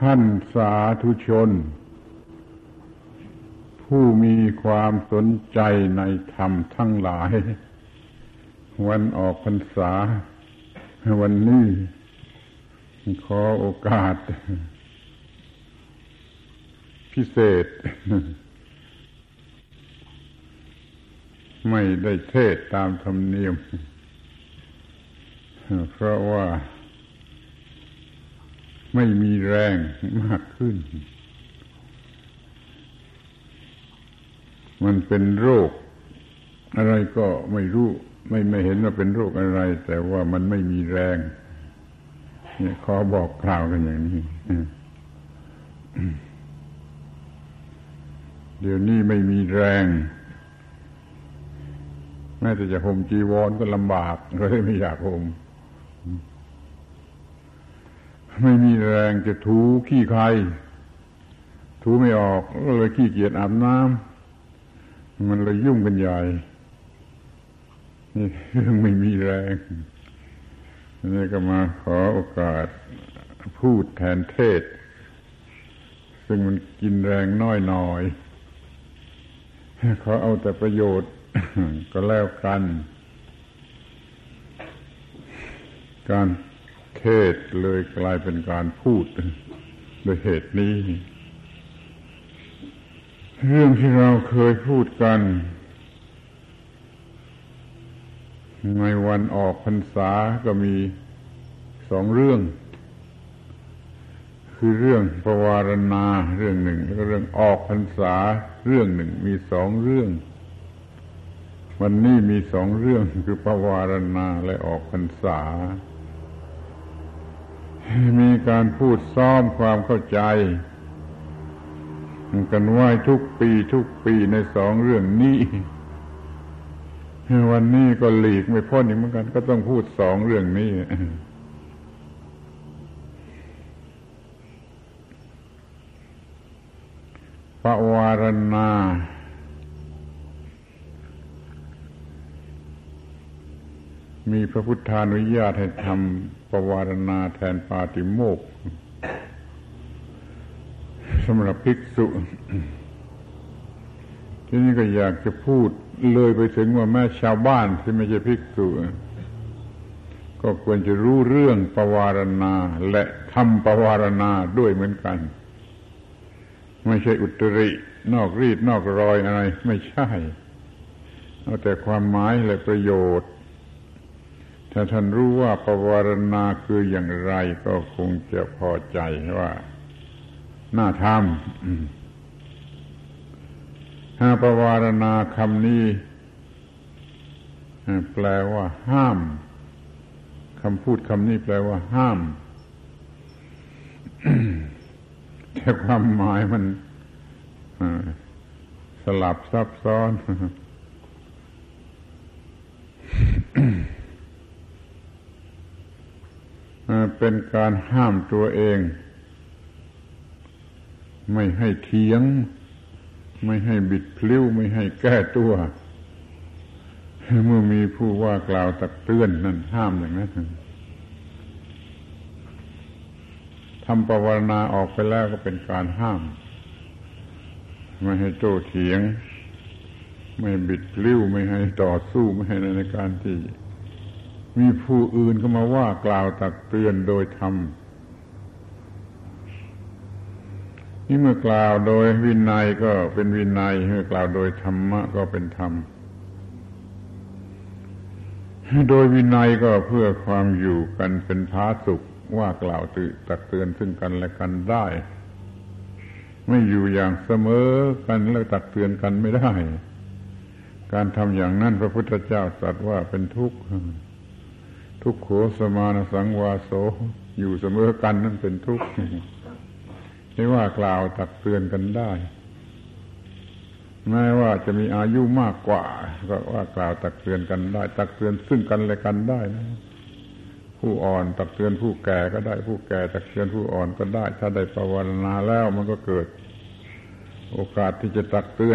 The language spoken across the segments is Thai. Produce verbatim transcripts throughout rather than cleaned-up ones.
ท่านสาธุชนผู้มีความสนใจในธรรมทั้งหลายวันออกพรรษาวันนี้ขอโอกาสพิเศษไม่ได้เทศตามธรรมเนียมเพราะว่าไม่มีแรงมากขึ้นมันเป็นโรคอะไรก็ไม่รู้ไม่ไม่เห็นว่าเป็นโรคอะไรแต่ว่ามันไม่มีแรงเนี่ยขอบอกกล่าวกันอย่างนี้เดี๋ยวนี้ไม่มีแรงแม้แต่จะห่มจีวรก็ลำบากก็เลยไม่อยากห่มไม่มีแรงจะถูขี้ใครถูไม่ออกก็เลยขี้เกียจอาบน้ำมันเลยยุ่งกันใหญ่นี่เรื่องไม่มีแรงนี่ก็มาขอโอกาสพูดแทนเทศซึ่งมันกินแรงน้อยหน่อยขอเอาแต่ประโยชน์ก็แล้วกันการเทศเลยกลายเป็นการพูดโดยเหตุนี้เรื่องที่เราเคยพูดกันในวันออกพรรษาก็มีสองเรื่องคือเรื่องปวารณาเรื่องหนึ่งแล้วก็เรื่องออกพรรษาเรื่องหนึ่งมีสองเรื่องวันนี้มีสองเรื่องคือปวารณาและออกพรรษามีการพูดซ้อมความเข้าใจกันว่าทุกปีทุกปีในสองเรื่องนี้วันนี้ก็หลีกไม่พ้นอีกเหมือนกันก็ต้องพูดสองเรื่องนี้ปวารณามีพระพุทธานุญาตให้ทำปวารณาแทนปาติโมกข์สำหรับภิกษุที่นี่ก็อยากจะพูดเลยไปถึงว่าแม่ชาวบ้านที่ไม่ใช่ภิกษุก็ควรจะรู้เรื่องปวารณาและทำปวารณาด้วยเหมือนกันไม่ใช่อุตรินอกรีดนอกรอยอะไรไม่ใช่เอาแต่ความหมายและประโยชน์ถ้าท่านรู้ว่าปวารณาคืออย่างไรก็คงจะพอใจว่าน่าทำถ้าปวารณาคำนี้แปลว่าห้ามคำพูดคำนี้แปลว่าห้ามแต่ความหมายมันสลับซับซ้อนเป็นการห้ามตัวเองไม่ให้เถียงไม่ให้บิดพลิ้วไม่ให้แก้ตัวเมื่อมีผู้ว่ากล่าวตักเตือนนั่นห้ามอย่างนั้นทำปวารณาออกไปแล้วก็เป็นการห้ามไม่ให้โต้เถียงไม่บิดพลิ้วไม่ให้ต่อสู้ไม่ให้ในการที่มีผู้อื่นเข้ามาว่ากล่าวตักเตือนโดยธรรมนี่เมื่อกล่าวโดยวินัยก็เป็นวินัยเมื่อกล่าวโดยธรรมะก็เป็นธรรมโดยวินัยก็เพื่อความอยู่กันเป็นผาสุกว่ากล่าวตักเตือนซึ่งกันและกันได้ไม่อยู่อย่างเสมอกันแล้วตักเตือนกันไม่ได้การทำอย่างนั้นพระพุทธเจ้าตรัสว่าเป็นทุกข์ทุกโขสมานสังวาโสอยู่เสมอกันนั่นเป็นทุกข์ไม่ว่ากล่าวตักเตือนกันได้แม้ว่าจะมีอายุมากกว่าก็ว่ากล่าวตักเตือนกันได้ตักเตือนซึ่งกันและกันได้นะผู้อ่อนตักเตือนผู้แก่ก็ได้ผู้แก่ตักเตือนผู้อ่อนก็ได้ถ้าได้ปวารณาแล้วมันก็เกิดโอกาสที่จะตักเตือน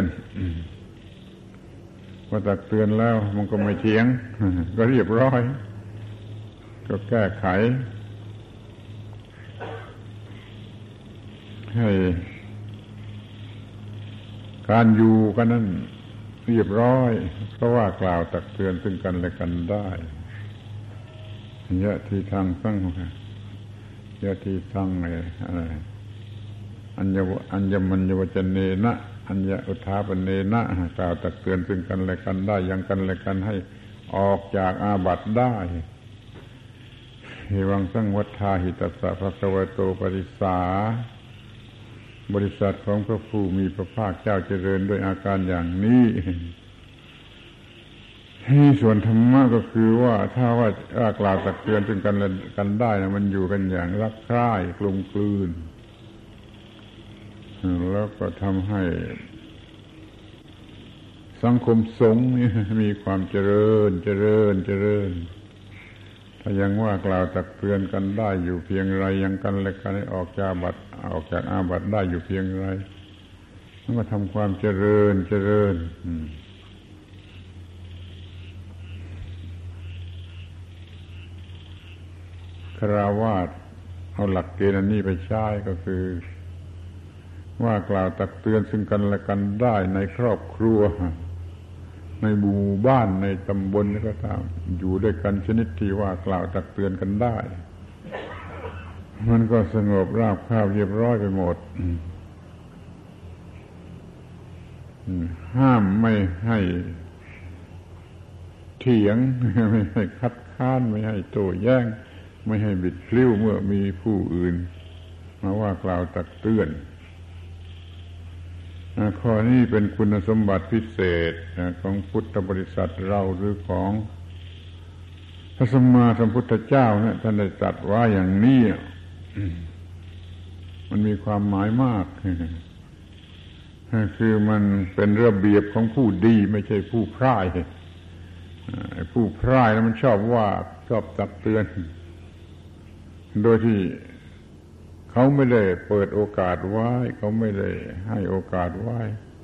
พอตักเตือนแล้วมันก็ไม่เถียงก็เรียบร้อยก็แก้ไขให้การอยู่กันนั้นเรียบร้อยเพราะว่ากล่าวตักเตือนซึ่งกันและกันได้ยะทีทางสังยะทีสังอะไรอัญญอัญญมัญญวจเนนะอัญญอุทาปเนนะกล่าวตักเตือนซึ่งกันและกันได้ยังกันและกันให้ออกจากอาบัติได้หิวังสังวัฏฐาหิตัสสะภะคะวะโตปริสาบริษัทของพระผู้มีพระภาคเจ้าเจริญด้วยอาการอย่างนี้ที่ส่วนธรรมะก็คือว่าถ้าว่ากล่าวตักเตือนซึ่งกันและกันได้นะมันอยู่กันอย่างรักใคร่กลมกลืนแล้วก็ทำให้สังคมสงฆ์นี่มีความเจริญเจริญเจริญถ้ายังว่ากล่าวตักเตือนกันได้อยู่เพียงไรยังกันและกันให้ออกจากอาบัติออกจากอาบัติได้อยู่เพียงไรมันก็ทำความเจริญเจริญคฤหัสถ์เอาหลักเกณฑ์อันนี้ไปใช้ก็คือว่ากล่าวตักเตือนซึ่งกันและกันได้ในครอบครัวในหมู่บ้านในตำบลก็ตามอยู่ด้วยกันชนิดที่ว่ากล่าวตักเตือนกันได้มันก็สงบราบคาบเรียบร้อยไปหมดห้ามไม่ให้เถียงไม่ให้คัดค้านไม่ให้โต้แย้งไม่ให้บิดพลิ้วเมื่อมีผู้อื่นมาว่ากล่าวตักเตือนข้อนี้เป็นคุณสมบัติพิเศษของพุทธบริษัทเราหรือของพระสัมมาสัมพุทธเจ้าเนี่ยท่านได้ตรัสว่าอย่างนี้มันมีความหมายมากคือมันเป็นระเบียบของผู้ดีไม่ใช่ผู้พร่ายผู้พร่ายแล้วมันชอบว่าชอบตักเตือนโดยที่เขาไม่ได้เปิดโอกาสไว้เขาไม่ได้ให้โอกาสไว้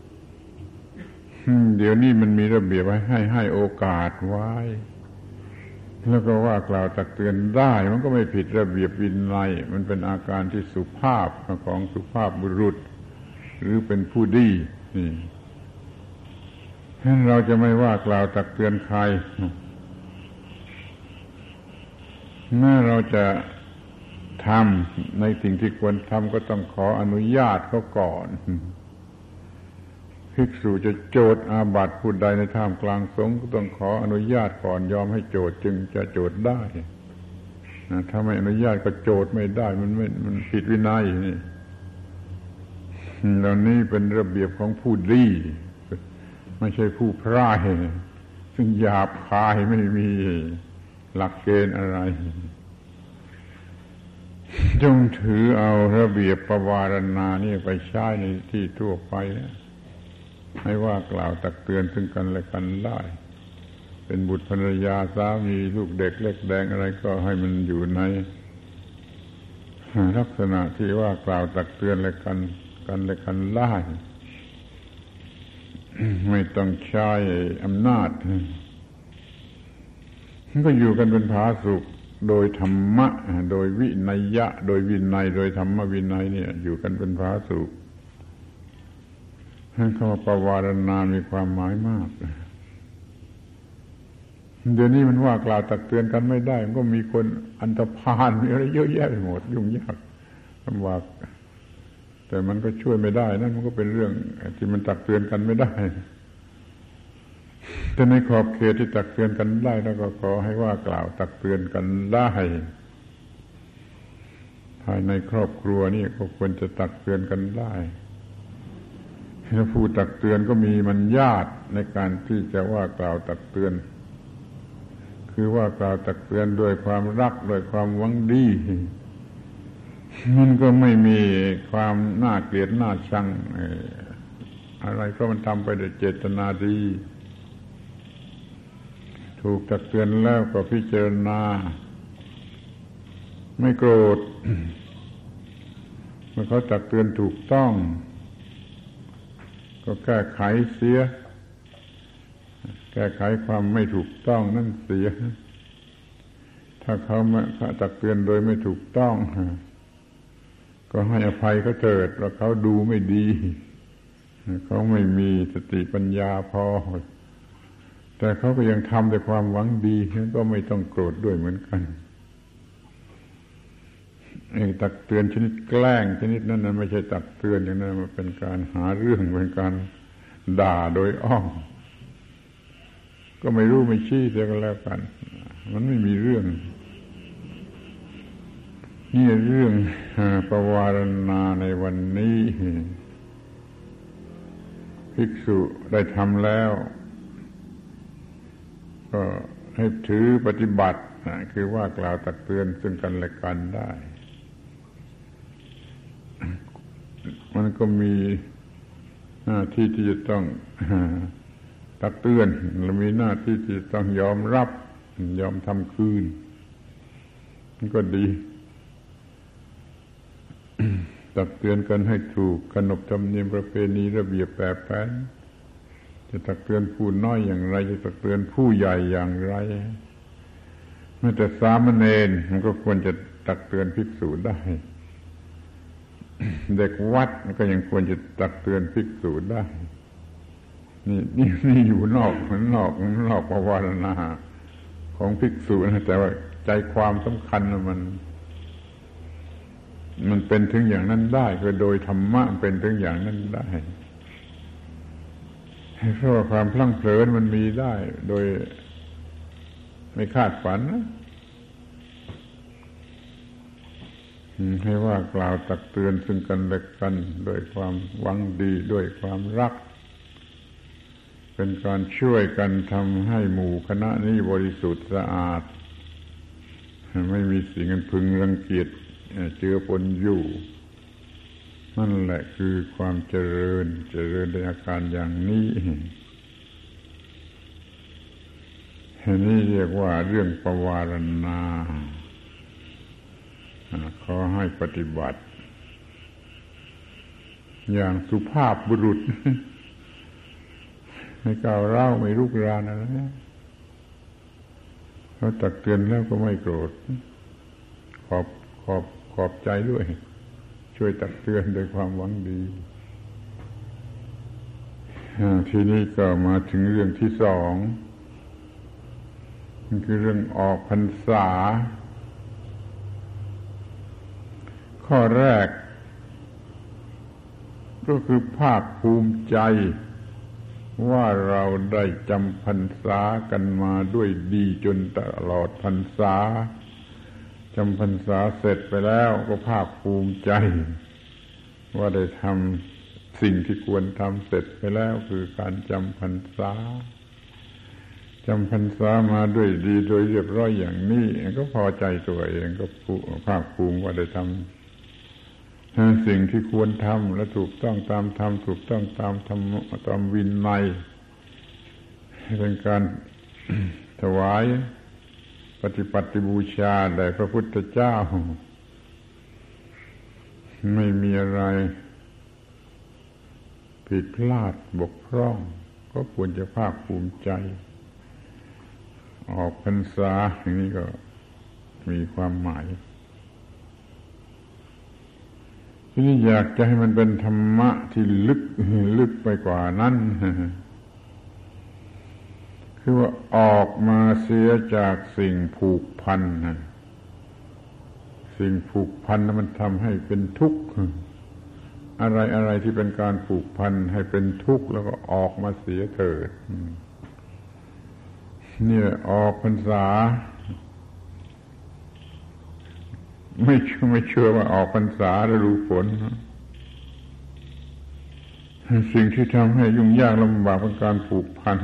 เดี๋ยวนี้มันมีระเบียบไว้ให้ให้โอกาสไว้แล้วก็ว่ากล่าวตักเตือนได้มันก็ไม่ผิดระเบียบวินัยมันเป็นอาการที่สุภาพของสุภาพบุรุษหรือเป็นผู้ดีนี่ฉะนั้นเราจะไม่ว่ากล่าวตักเตือนใครแม้เราจะทำในสิ่งที่ควรทำก็ต้องขออนุญาตเขาก่อนภิกษุจะโจทย์อาบัติผู้ใดในท่ามกลางสงฆ์ก็ต้องขออนุญาตก่อนยอมให้โจทย์จึงจะโจทย์ได้ถ้าไม่อนุญาตก็โจทย์ไม่ได้มันไม่มันผิดวินัยนี่เหล่านี้เป็นระเบียบของผู้ดีไม่ใช่ผู้พร่ายซึ่งหยาบคายไม่มีหลักเกณฑ์อะไรจงถือเอาระเบียบปวารณานี่ไปใช้ในที่ทั่วไปให้ว่ากล่าวตักเตือนซึ่งกันและกันได้เป็นบุตรภรรยาสามีลูกเด็กเล็กแดงอะไรก็ให้มันอยู่ในลักษณะที่ว่ากล่าวตักเตือนและกันกันและกันได้ไม่ต้องใช้อำนาจก็อยู่กันเป็นผาสุกโดยธรรมะโดยวินัยะโดยวินัยโดยธรรมวินัยเนี่ยอยู่กันเป็นผาสุกคำว่าปวารณามีความหมายมากเดี๋ยวนี้มันว่ากล่าวตักเตือนกันไม่ได้มันก็มีคนอันธพาลมีอะไรเยอะแยะไปหมดยุ่งยากลำบากแต่มันก็ช่วยไม่ได้นั่นมันก็เป็นเรื่องที่มันตักเตือนกันไม่ได้แต่ในขอบเขตที่ตักเตือนกันได้แล้วก็ขอให้ว่ากล่าวตักเตือนกันได้ภายในครอบครัวนี่ก็ควรจะตักเตือนกันได้แล้วผู้ตักเตือนก็มีมัญญาตในการที่จะว่ากล่าวตักเตือนคือว่ากล่าวตักเตือนด้วยความรักด้วยความหวังดีมันก็ไม่มีความน่าเกลียดน่าชังอะไรเพราะมันทำไปด้วยเจตนาดีถูกตักเตือนแล้วก็พิจารณาไม่โกรธเมื่อเขาตักเตือนถูกต้องก็แก้ไขเสียแก้ไขความไม่ถูกต้องนั่นเสียถ้าเขาตักเตือนโดยไม่ถูกต้องก็ให้อภัยเขาเถิดว่าเขาดูไม่ดีเขาไม่มีสติปัญญาพอแต่เขาก็ยังทำด้วยความหวังดีก็ไม่ต้องโกรธด้วยเหมือนกันไอ้ตักเตือนชนิดแกล้งชนิดนั้นนะไม่ใช่ตักเตือนอย่างนั้นมันเป็นการหาเรื่องเป็นการด่าโดยอ้อมก็ไม่รู้ไม่ชี้เสียกันแล้วกันมันไม่มีเรื่องนี่เรื่องปวารณาในวันนี้ภิกษุได้ทำแล้วก็ให้ถือปฏิบัติคือว่ากล่าวตักเตือนซึ่งกันและกันได้มันก็มีหน้าที่ที่จะต้องตักเตือนและมีหน้าที่ที่จะต้องยอมรับยอมทำคืนมันก็ดีตักเตือนกันให้ถูกขนบธรรมเนียมประเพณีระเบียบแปรแผนจะตักเตือนผู้น้อยอย่างไรจะตักเตือนผู้ใหญ่อย่างไรแม้แต่สามเณรมันก็ควรจะตักเตือนภิกษุได้เด็กวัดก็ยังควรจะตักเตือนภิกษุได้นี่นี่นี่อยู่นอกนอกนอกปวารณาของภิกษุนะแต่ว่าใจความสำคัญมันมันเป็นถึงอย่างนั้นได้ก็โดยธรรมะเป็นถึงอย่างนั้นได้เพราะว่าความพลั้งเผลอมันมีได้โดยไม่คาดฝันนะให้ว่ากล่าวตักเตือนซึ่งกันและกันด้วยความหวังดีด้วยความรักเป็นการช่วยกันทำให้หมู่คณะนี้บริสุทธิ์สะอาดไม่มีสิ่งอันพึงรังเกียจเจือปนอยู่นั่นแหละคือความเจริญเจริญในอาการอย่างนี้นี่เรียกว่าเรื่องปวารณาขอให้ปฏิบัติอย่างสุภาพบุรุษไม่ก้าวร้าวไม่รุกรานอะไรเขาตักเตือนแล้วก็ไม่โกรธขอบขอบขอบใจด้วยช่วยตักเตือนด้วยความหวังดีทีนี้ก็มาถึงเรื่องที่สองมันคือเรื่องออกพรรษาข้อแรกก็คือภาคภูมิใจว่าเราได้จำพรรษากันมาด้วยดีจนตลอดพรรษาจำพรรษาเสร็จไปแล้วก็ภาคภูมิใจว่าได้ทำสิ่งที่ควรทำเสร็จไปแล้วคือการจำพรรษาจำพรรษามาด้วยดีโดยเรียบร้อยอย่างนี้ก็พอใจตัวเองก็ภาคภูมิว่าได้ทำสิ่งที่ควรทำและถูกต้องตามธรรมถูกต้องตามธรรมตามวินัยเป็นการถวายปฏิปัติบูชาแด่พระพุทธเจ้าไม่มีอะไรผิดพลาดบกพร่องก็ควรจะภาคภูมิใจออกพรรษาอย่างนี้ก็มีความหมายทีนี้อยากจะให้มันเป็นธรรมะที่ลึกลึกไปกว่านั้นคือว่าออกมาเสียจากสิ่งผูกพันสิ่งผูกพันนั้นมันทำให้เป็นทุกข์อะไรอะไรที่เป็นการผูกพันให้เป็นทุกข์แล้วก็ออกมาเสียเถิดนี่ออกพรรษาไม่เชื่อไม่เชื่อว่าออกพรรษาแล้วรู้ผลสิ่งที่ทำให้ยุ่งยากลำบากเป็นการผูกพัน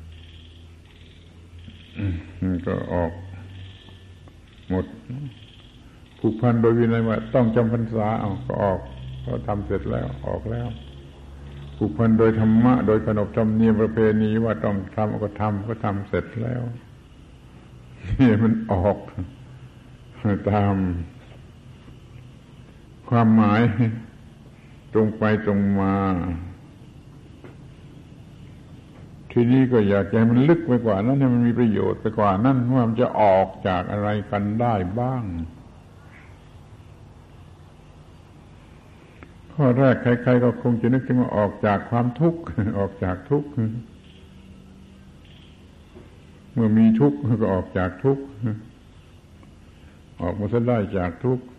ก็ออกหมดผูกพันโดยวินัยว่าต้องจำพรรษาเอาก็ออกก็ทำเสร็จแล้วออกแล้วผูกพันโดยธรรมะโดยขนบธรรมเนียมประเพณีว่าต้องทำก็ทำก็ทำเสร็จแล้วนี่มันออกตามความหมายตรงไปตรงมาทีนี้ก็อยากให้มันลึกไปกว่านั้นให้มันมีประโยชน์ไปกว่านั้นว่ามันจะออกจากอะไรกันได้บ้างข้อแรกใครๆก็คงจะนึกถึงว่าออกจากความทุกข์ออกจากทุกข์เมื่อมีทุกข์ก็ออกจากทุกข์ออกมาซะได้จากทุกข์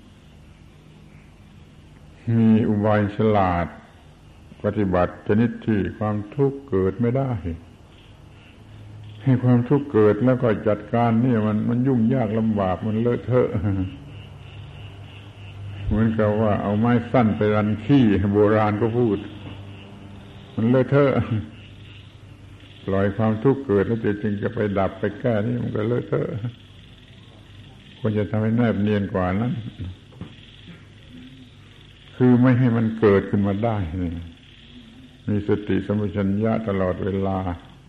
มีอุบายฉลาดปฏิบัติชนิดที่ความทุกข์เกิดไม่ได้ให้ความทุกข์เกิดแล้วก็จัดการนี่มันมันยุ่งยากลำบากมันเลอะเทอะเหมือนกับว่าเอาไม้สั้นไปรันขี้โบราณก็พูดมันเลอะเทอะปล่อยความทุกข์เกิดแล้วจึงจะไปดับไปแก้นี่มันก็เลอะเทอะควรจะทำให้แนบเนียนกว่านั้นคือไม่ให้มันเกิดขึ้นมาได้นี่มีสติสัมปชัญญะตลอดเวลา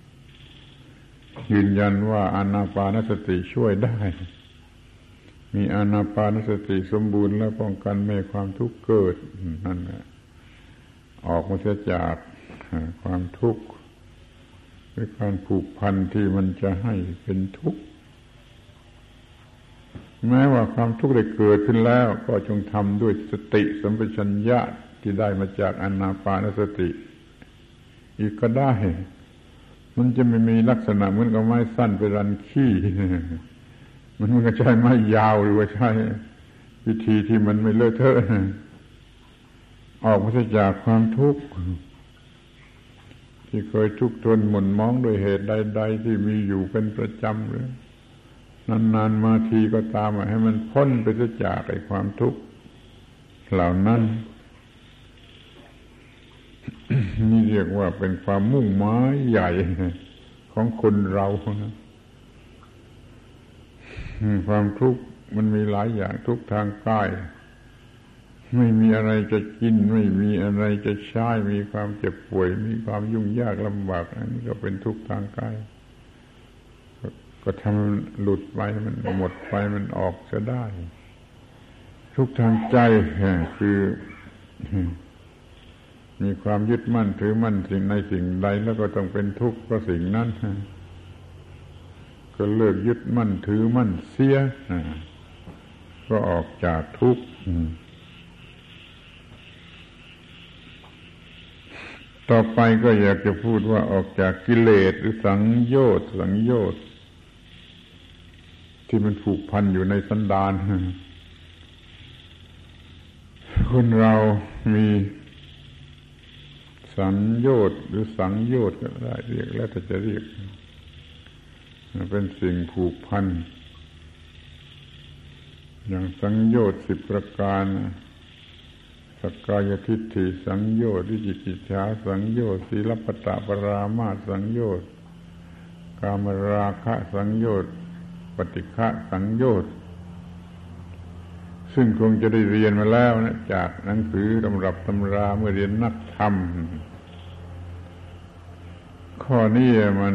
ยืนยันว่าอานาปานสติช่วยได้มีอานาปานสติสมบูรณ์และป้องกันไม่ให้ความทุกข์เกิดนั่นแหละออกมาเสียจากความทุกข์ด้วยการผูกพันที่มันจะให้เป็นทุกข์แม้ว่าความทุกข์ได้เกิดขึ้นแล้วก็จงทำด้วยสติสัมปชัญญะที่ได้มาจากอานาปานสติอีกก็ได้มันจะไม่มีลักษณะเหมือนกับไม้สั้นไปรันขี้มันก็ใช้ไม้ยาวหรือว่าใช้วิธีที่มันไม่เลอะเทอะออกมาจากความทุกข์ที่เคยทุกข์ทนหม่นหมองโดยเหตุใดๆที่มีอยู่เป็นประจำหรือนานๆมาทีก็ตามให้มันพ้นไปจากไอ้ความทุกข์เหล่านั้น นี่เรียกว่าเป็นความมุ่งหมายใหญ่ของคนเรานะความทุกข์มันมีหลายอย่างทุกข์ทางกายไม่มีอะไรจะกินไม่มีอะไรจะใช้มีความเจ็บป่วยมีความยุ่งยากลำบากอันนี้ก็เป็นทุกข์ทางกายก็ทำหลุดไปมันหมดไปมันออกจะได้ทุกข์ทางใจคือมีความยึดมั่นถือมั่นสิ่งในสิ่งใดแล้วก็ต้องเป็นทุกข์เพราะสิ่งนั้นก็เลิกยึดมั่นถือมั่นเสียก็ออกจากทุกข์ต่อไปก็อยากจะพูดว่าออกจากกิเลสหรือสังโยชน์สังโยชน์ที่มันผูกพันอยู่ในสันดานคนเรามีสังโยชน์หรือสังโยชน์ก็ได้เรียกแล้วแต่จะเรียกเป็นสิ่งผูกพันอย่างสังโยชน์สิบประการสักกายทิฏฐิสังโยชน์วิจิกิจฉาสังโยชน์ศีลปตปรามาสสังโยชน์กามราคะสังโยชน์ปฏิฆะสังโยชน์ซึ่งคงจะได้เรียนมาแล้วนะจากหนังสือตำรับตำราเมื่อเรียนนักธรรมข้อนี้มัน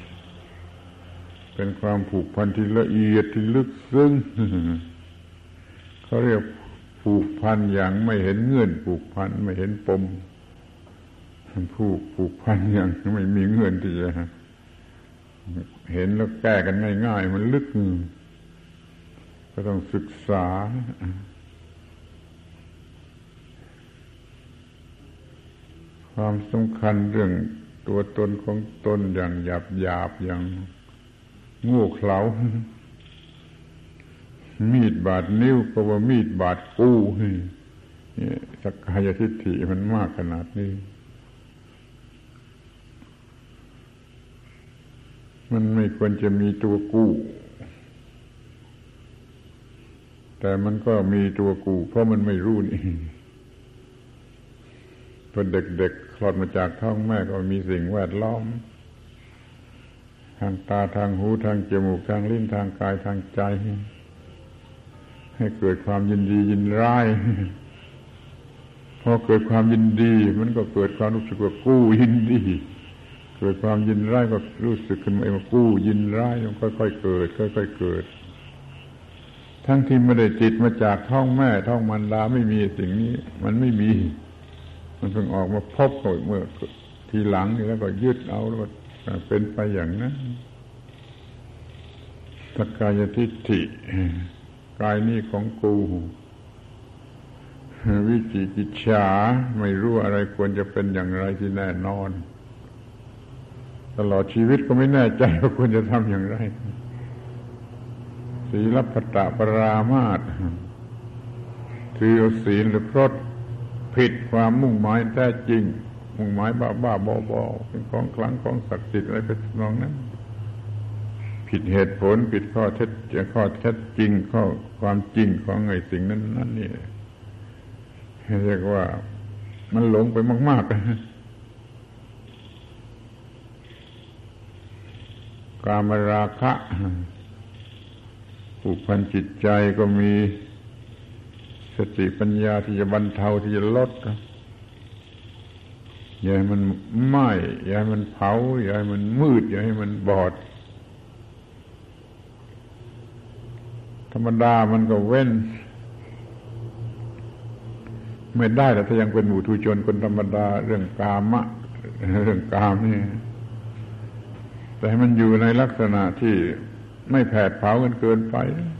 เป็นความผูกพันที่ละเอียดที่ลึกซึ้งเขาเรียกผูกพันอย่างไม่เห็นเงื่อนผูกพันไม่เห็นปมผูกผูกพันอย่างไม่มีเงื่อนที่จะเห็นแล้วแก้กันง่ายๆมันลึกก็ต้องศึกษาความสำคัญเรื่องตัวตนของตนอย่างหยาบๆอย่างโง่เขลามีดบาดนิ้วก็ว่ามีดบาดกูนี่สักกายทิฏฐิมันมากขนาดนี้มันไม่ควรจะมีตัวกู้แต่มันก็มีตัวกูเพราะมันไม่รู้นี่ตอนเด็กๆคลอดมาจากท้องแม่ก็มีสิ่งแวดล้อมทางตาทางหูทางจมูกทางลิ้นทางกายทางใจให้เกิดความยินดียินร้ายพอเกิดความยินดีมันก็เกิดความรู้สึกว่ากู้ยินดีเกิดความยินร้ายก็รู้สึกขึ้นมาว่ากู้ยินร้ายมันค่อยๆเกิดค่อยๆเกิดทั้งที่ไม่ได้ติดมาจากท้องแม่ท้องมารดาไม่มีสิ่งนี้มันไม่มีมันเพิ่งออกมาพบเมื่อทีหลังแล้วก็ยึดเอาแล้วก็เป็นไปอย่างนั้นสักกายทิฏฐิกายนี้ของกูวิจิกิจฉาไม่รู้อะไรควรจะเป็นอย่างไรที่แน่นอนตลอดชีวิตก็ไม่แน่ใจว่าควรจะทำอย่างไรศีลพัตตปรามาสถือเอาศีลหรือพรตผิดความมุ่งหมายแท้จริงมุ่งหมายบ้าบ้าบอบอเป็นของคลังของศักดิ์สิทธิ์อะไรเป็นนองนั้นผิดเหตุผลผิดข้อเท็จข้อเท็จจริงข้อความจริงของไอ้สิ่งนั้นนั่นนี่เรียกว่ามันหลงไปมากๆกามราคะผูกพันจิตใจก็มีสติปัญญาที่จะบรรเทาที่จะลดอย่าให้มันไหม้อย่าให้มันเผาอย่าให้มันมืดอย่าให้มันบอดธรรมดามันก็เว้นไม่ได้แต่ถ้ายังเป็นหมู่ทุชนคนธรรมดาเรื่องกามะเรื่องกามนี่แต่ให้มันอยู่ในลักษณะที่ไม่แผดเผากันเกินไป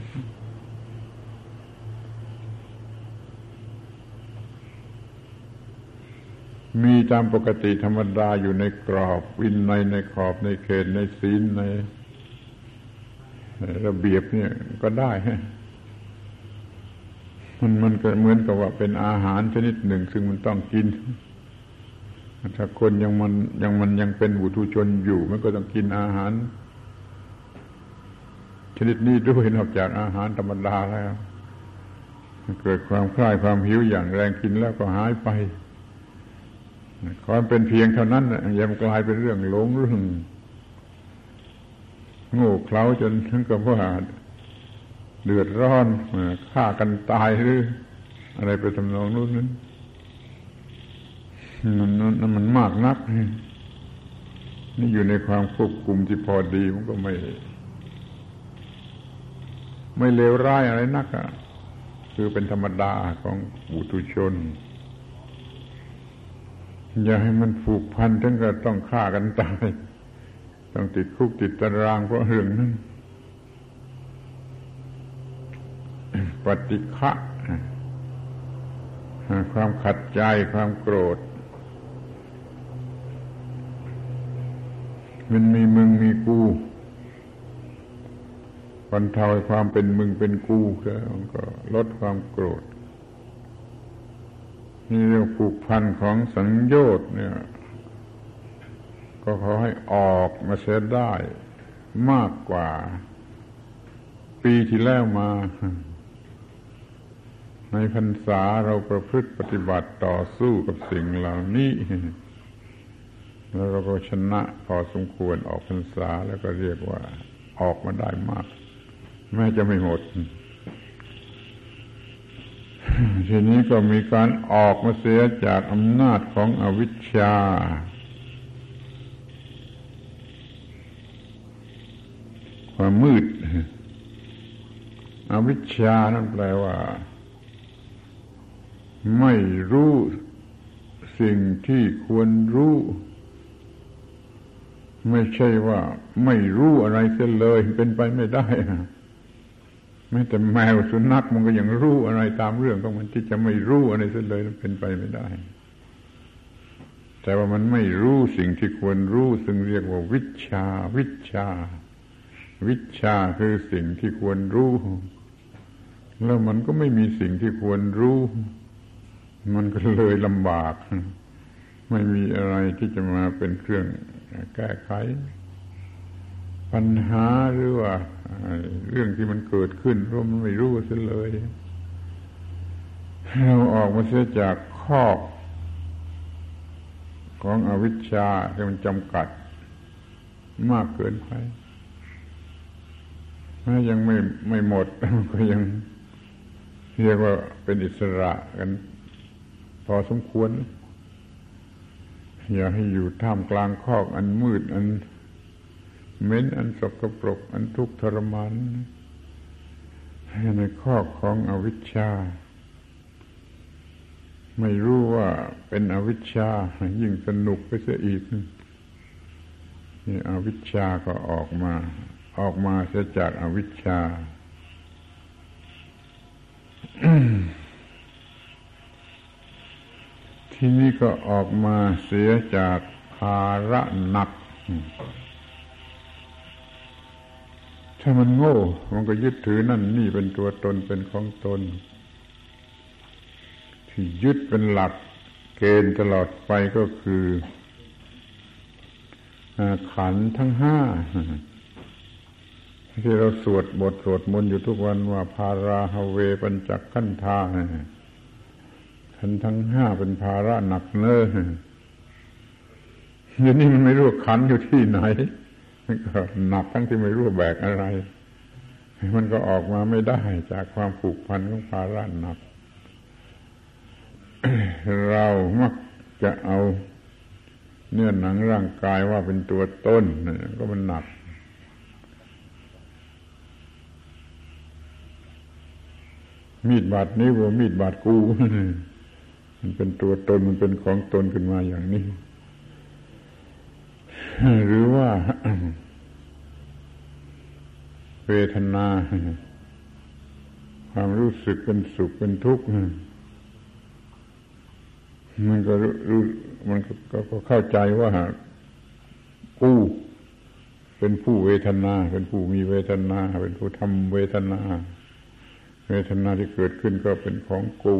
มีตามปกติธรรมดาอยู่ในกรอบวินัยในขอบในเขตในศีลในระเบียบเนี่ยก็ได้มันมันก็เหมือนกับว่าเป็นอาหารชนิดหนึ่งซึ่งมันต้องกินถ้าคนยังมันยังมันยังเป็นบุตุชนอยู่มันก็ต้องกินอาหารชนิดนี้ด้วยนอกจากอาหารธรรมดาแล้วเกิดความคลายความหิวอย่างแรงกินแล้วก็หายไปความเป็นเพียงเท่านั้นยังกลายเป็นเรื่องหลงเรื่องโง่เขลาจนถึงกับว่าเดือดร้อนฆ่ากันตายหรืออะไรไปทำนองนู้นนั้นนั่นนั่นมันมากนักนี่อยู่ในความควบคุมที่พอดีมันก็ไม่ไม่เลวร้ายอะไรนักอ่ะคือเป็นธรรมดาของปุถุชนอย่าให้มันผูกพันถึงกับต้องฆ่ากันตายต้องติดคุกติดตารางเพราะเรื่องนั้นปฏิฆะความขัดใจความโกรธมันมีมึงมีกูบรรเทาความเป็นมึงเป็นกูแล้วก็ลดความโกรธนี่เรื่องผูกพันของสังโยชน์เนี่ยก็ขอให้ออกมาเสียได้มากกว่าปีที่แล้วมาในพรรษาเราประพฤติปฏิบัติต่อสู้กับสิ่งเหล่านี้แล้วเราก็ชนะพอสมควรออกพรรษาแล้วก็เรียกว่าออกมาได้มากแม้จะไม่หมดทีนี้ก็มีการออกมาเสียจากอำนาจของอวิชชาความมืดอวิชชานั่นแปลว่าไม่รู้สิ่งที่ควรรู้ไม่ใช่ว่าไม่รู้อะไรเสียเลยเป็นไปไม่ได้แม้แต่แมวสุนัขมันก็ยังรู้อะไรตามเรื่องของมันที่จะไม่รู้อะไรเสียเลยมันเป็นไปไม่ได้แต่ว่ามันไม่รู้สิ่งที่ควรรู้ซึ่งเรียกว่าวิชชาวิชชาวิชชาคือสิ่งที่ควรรู้แล้วมันก็ไม่มีสิ่งที่ควรรู้มันก็เลยลำบากไม่มีอะไรที่จะมาเป็นเครื่องแก้ไขปัญหาหรือว่าเรื่องที่มันเกิดขึ้นเพราะมันไม่รู้เสียเลยเราออกมาเสียจากคอกของอวิชชาที่มันจำกัดมากเกินไปแม้ยังไม่ไม่หมดก็ยังเรียกว่าเป็นอิสระกันพอสมควรอย่าให้อยู่ท่ามกลางคอกอันมืดอันเหม็นอันสกปรกอันทุกข์ทรมานในคอกของอวิชชาไม่รู้ว่าเป็นอวิชชายิ่งสนุกไปเสียอีกนี่อวิชชาก็ออกมาออกมาเสียจากอวิชชาทีนี้ก็ออกมาเสียจากภาระหนักถ้ามันโง่มันก็ยึดถือนั่นนี่เป็นตัวตนเป็นของตนที่ยึดเป็นหลักเกณฑ์ตลอดไปก็คือขันธ์ทั้งห้าที่เราสวดบทสวดมนต์อยู่ทุกวันว่าภาราฮเวปัญจขันธาขันธ์ทั้งห้าเป็นภาระหนักเน้อเดี๋ยวนี้มันไม่รู้ขันธ์อยู่ที่ไหนมันก็หนักทั้งที่ไม่รู้แบกอะไรมันก็ออกมาไม่ได้จากความผูกพันของภาระหนัก เรามักจะเอาเนื้อหนังร่างกายว่าเป็นตัวตนก็มันหนักมีดบาดนิ้วว่ามีดบาดกูมันเป็นตัวตนมันเป็นของตนขึ้นมาอย่างนี้หรือว่าเวทนาความรู้สึกเป็นสุขเป็นทุกข์มันก็รู้มันก็เข้าใจว่ากูเป็นผู้เวทนาเป็นผู้มีเวทนาเป็นผู้ทำเวทนาเวทนาที่เกิดขึ้นก็เป็นของกู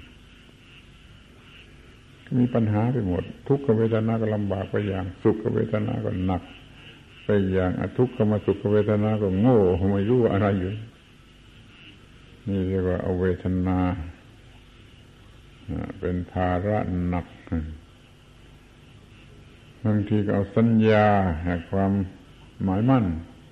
มีปัญหาไปหมดทุกขเวทนาก็ลำบากไปอย่างสุขเวทนาก็หนักไปอย่างอทุกขมสุขเวทนาก็โง่ไม่รู้อะไรอยู่นี่เรียกว่าเอาเวทนาเป็นภาระหนักบางทีก็เอาสัญญาความหมายมั่น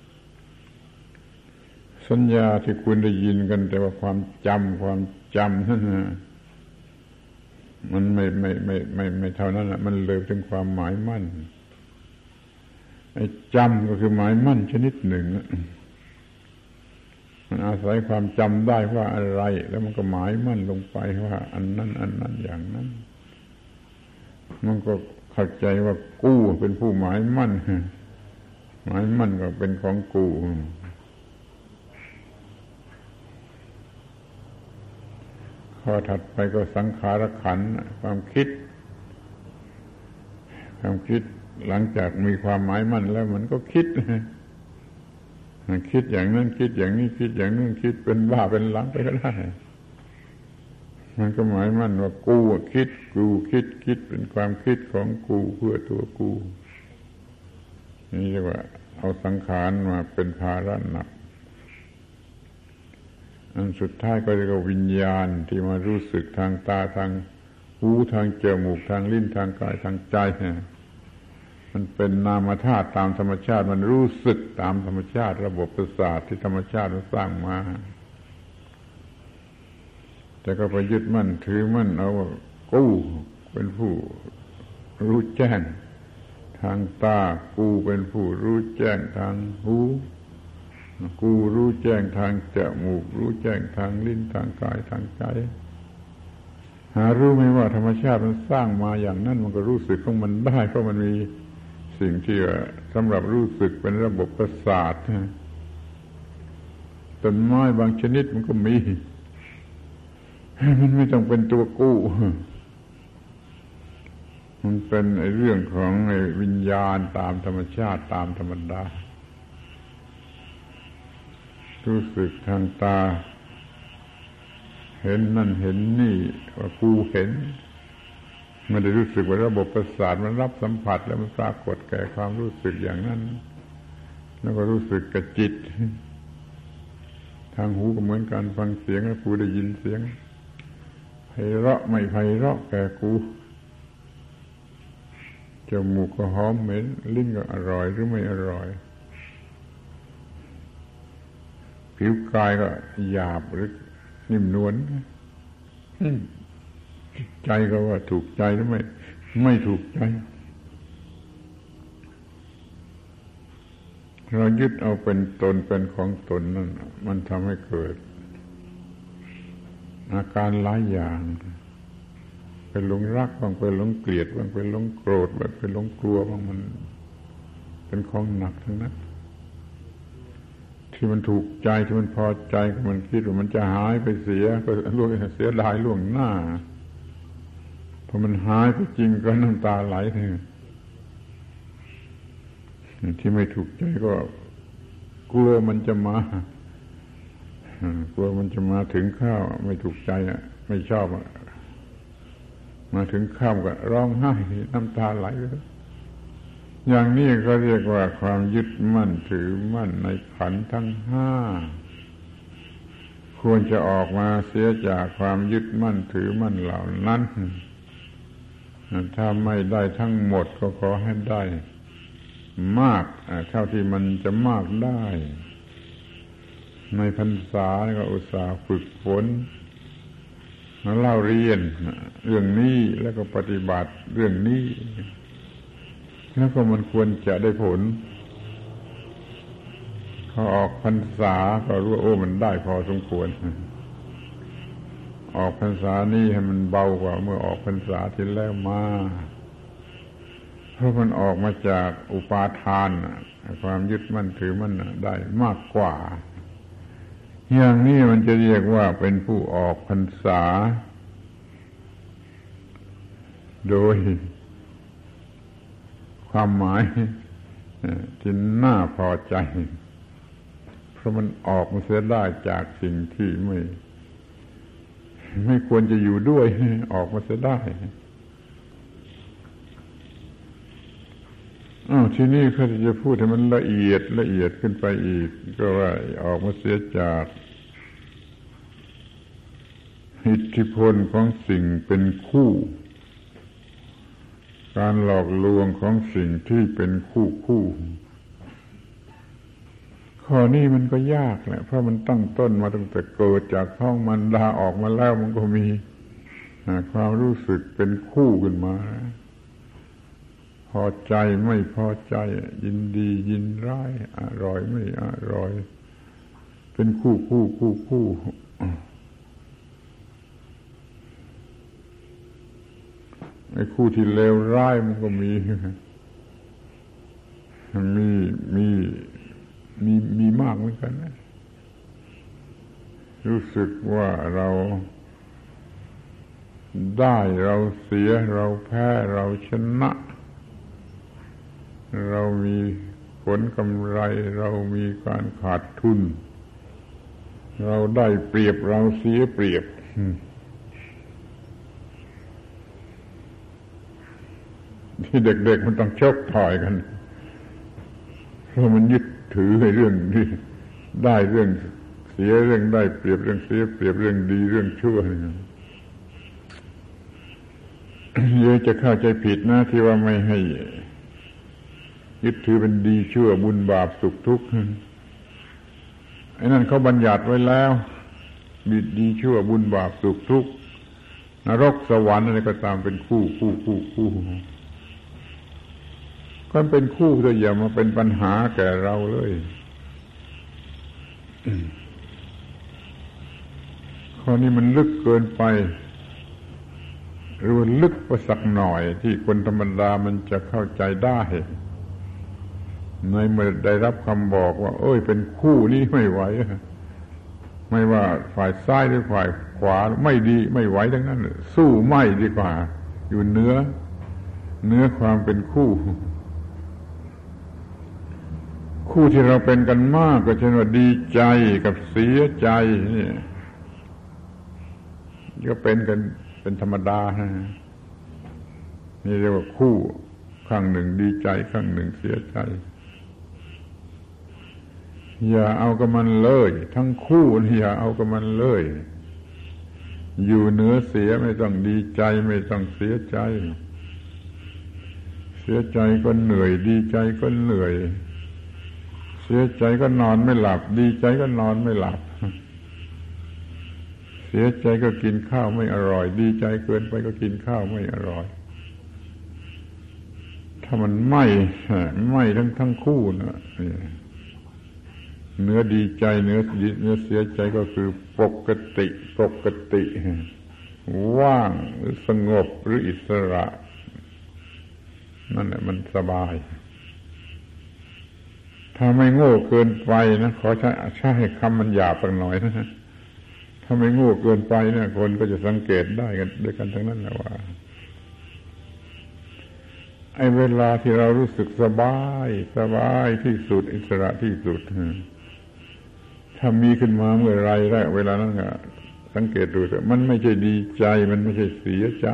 สัญญาที่คุณได้ยินกันแต่ว่าความจำความจำนั่นนะมันไม่ไม่ไม่ไม่ไม่เท่านั้นแหละมันเลยถึงความหมายมั่นไอ้จำก็คือหมายมั่นชนิดหนึ่งมันอาศัยความจำได้ว่าอะไรแล้วมันก็หมายมั่นลงไปว่าอันนั้นอันนั้นอย่างนั้นมันก็เข้าใจว่ากูเป็นผู้หมายมั่นหมายมั่นก็เป็นของกูข้อถัดไปก็สังขารขันธ์ความคิดความคิดหลังจากมีความหมายมั่นแล้วมันก็คิดคิดอย่างนั้นคิดอย่างนี้คิดอย่างนู้นคิดเป็นบ้าเป็นหลังไปก็ได้มันก็หมายมั่นว่ากูคิดกูคิดคิดเป็นความคิดของกูเพื่อตัวกูนี่เรียกว่าเอาสังขารมาเป็นภาระหนักอันสุดท้ายก็เรียกว่าวิญญาณที่มารู้สึกทางตาทางหูทางจมูกทางลิ้นทางกายทางใจมันเป็นนามธาตุตามธรรมชาติมันรู้สึกตามธรรมชาติระบบประสาทที่ธรรมชาติมันสร้างมาแต่ก็ไปยึดมั่นถือมั่นเอาว่ากูเป็นผู้รู้แจ้งทางตากูเป็นผู้รู้แจ้งทางหูกูรู้แจ้งทางจมูกรู้แจ้งทางลิ้นทางกายทางใจหารู้ไหมว่าธรรมชาติมันสร้างมาอย่างนั้นมันก็รู้สึกของมันได้เพราะมันมีสิ่งที่สำหรับรู้สึกเป็นระบบประสาทต้นไม้บางชนิดมันก็มีมันไม่ต้องเป็นตัวกู้มันเป็นไอ้เรื่องของไอ้วิญญาณตามธรรมชาติตามธรรมดารู้สึกทางตาเห็นนั่นเห็นนี่ว่ากูเห็นไม่ได้รู้สึกว่าระบบประสาทมันรับสัมผัสแล้วมันปรากฏแก่ความรู้สึกอย่างนั้นแล้วก็รู้สึกกับจิตทางหูก็เหมือนกันฟังเสียงแล้วกูได้ยินเสียงไพเราะไม่ไพเราะแก่กูจมูกก็หอมเหม็นลิ้นก็อร่อยหรือไม่อร่อยผิวกายก็หยาบหรือนิ่มนวลใจก็ว่าถูกใจหรือไม่ไม่ถูกใจเรายึดเอาเป็นตนเป็นของตนนั่นมันทำให้เกิดอาการหลายอย่างเป็นหลงรักบ้างเป็นหลงเกลียดบ้างเป็นหลงโกรธบ้างเป็นหลงกลัวบ้างมันเป็นของหนักทั้งนั้นที่มันถูกใจที่มันพอใจมันคิดว่ามันจะหายไปเสียก็ล่วงเสียดายล่วงหน้าพอมันหายไปจริงก็น้ำตาไหลเลยที่ไม่ถูกใจก็กลัวมันจะมากลัวมันจะมาถึงข้าวไม่ถูกใจอ่ะไม่ชอบอ่ะมาถึงข้าวก็ร้องไห้น้ำตาไหลเลยอย่างนี้ก็เรียกว่าความยึดมั่นถือมั่นในขันธ์ทั้งห้าควรจะออกมาเสียจากความยึดมั่นถือมั่นเหล่านั้นถ้าไม่ได้ทั้งหมดก็ขอให้ได้มากเท่าที่มันจะมากได้ในพรรษาก็อุตส่าห์ฝึกฝนเล่าเรียนเรื่องนี้แล้วก็ปฏิบัติเรื่องนี้แล้วก็มันควรจะได้ผลพอออกพรรษาก็รู้ว่าโอ้มันได้พอสมควรออกพรรษานี้ให้มันเบากว่าเมื่อออกพรรษาที่แล้วมาเพราะมันออกมาจากอุปาทานความยึดมั่นถือมั่นได้มากกว่าอย่างนี้มันจะเรียกว่าเป็นผู้ออกพรรษาโดยความหมายที่น่าพอใจเพราะมันออกมาเสียได้จากสิ่งที่ไม่ไม่ควรจะอยู่ด้วยออกมาเสียได้อ้าวทีนี้เขาจะพูดให้มันละเอียดละเอียดขึ้นไปอีกก็ว่าออกมาเสียจากอิทธิพลของสิ่งเป็นคู่การหลอกลวงของสิ่งที่เป็นคู่คู่ข้อนี้มันก็ยากแหละเพราะมันตั้งต้นมาตั้งแต่เกิดจากท้องมารดาออกมาแล้วมันก็มีความรู้สึกเป็นคู่ขึ้นมาพอใจไม่พอใจยินดียินร้ายอร่อยไม่อร่อยเป็นคู่คู่คู่คู่ไอ้คู่ที่เลวร้ายมันก็มีมีมีมีมีมากเหมือนกันนะรู้สึกว่าเราได้เราเสียเราแพ้เราชนะเรามีผลกำไรเรามีการขาดทุนเราได้เปรียบเราเสียเปรียบที่เด็กๆมันต้องชกต่อยกันเพราะมันยึดถือในเรื่องที่ได้เรื่องเสียเรื่องได้เปรียบเรื่องเสียเปรียบเรื่องดีเรื่องชั่วเยอะจะเข้าใจผิดนะที่ว่าไม่ให้ยึดถือเป็นดีชั่วบุญบาปสุขทุกข์ไอ้นั่นเขาบัญญัติไว้แล้วบิดดีชั่วบุญบาปสุขทุกข์นรกสวรรค์อะไรก็ตามเป็นคู่คู่คู่คู่ก็เป็นคู่แต่อย่ามาเป็นปัญหาแก่เราเลยข้อนี้มันลึกเกินไปหรือว่าลึกไปสักหน่อยที่คนธรรมดามันจะเข้าใจได้ในเมื่อได้รับคำบอกว่าเอ้ยเป็นคู่นี้ไม่ไหวไม่ว่าฝ่ายซ้ายหรือฝ่ายขวาไม่ดีไม่ไหวทั้งนั้นสู้ไม่ดีกว่าอยู่เนื้อเนื้อความเป็นคู่คู่ที่เราเป็นกันมากก็เช่นว่าดีใจกับเสียใจนี่ก็เป็นกันเป็นธรรมดานี่เรียกว่าคู่ข้างหนึ่งดีใจข้างหนึ่งเสียใจอย่าเอากับมันเลยทั้งคู่อย่าเอากับมันเลยอยู่เหนือเสียไม่ต้องดีใจไม่ต้องเสียใจเสียใจก็เหนื่อยดีใจก็เหนื่อยเสียใจก็นอนไม่หลับดีใจก็นอนไม่หลับเสียใจก็กินข้าวไม่อร่อยดีใจเกินไปก็กินข้าวไม่อร่อยถ้ามันไม่ไม่ทั้งทั้งคู่นะเนื้อดีใจเนื้อเนื้อเสียใจก็คือปกติปกติว่างหรือสงบหรืออิสระนั่นแหละมันสบายถ้าไม่โง่เกินไปนะขอใช้ใช้คำมันหยาบสักหน่อยนะถ้าไม่โง่เกินไปเนี่ยคนก็จะสังเกตได้กันด้วยกันทั้งนั้นแหละว่าไอ้เวลาที่เรารู้สึกสบายสบายที่สุดอิสระที่สุดถ้ามีขึ้นมาเมื่อไรแล้วเวลานั้นก็สังเกตดูเถอะมันไม่ใช่ดีใจมันไม่ใช่เสียใจ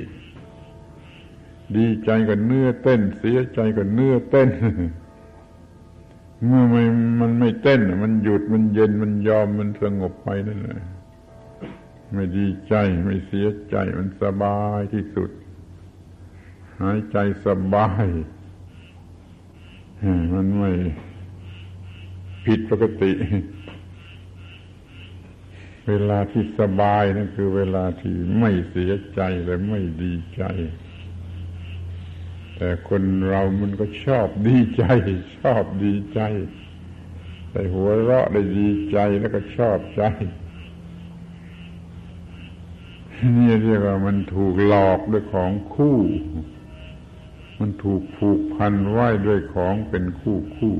ดีใจกับเนื้อเต้นเสียใจกับเนื้อเต้นเมื่อไม่มันไม่เต้นมันหยุดมันเย็นมันยอมมันสงบไปนั่นแหละไม่ดีใจไม่เสียใจมันสบายที่สุดหายใจสบายมันไม่ผิดปกติเวลาที่สบายนั่นคือเวลาที่ไม่เสียใจและไม่ดีใจแต่คนเรามันก็ชอบดีใจชอบดีใจแต่หัวเราะได้ดีใจแล้วก็ชอบใจนี่เรียกว่ามันถูกหลอกด้วยของคู่มันถูกผูกพันไว้ด้วยของเป็นคู่คู่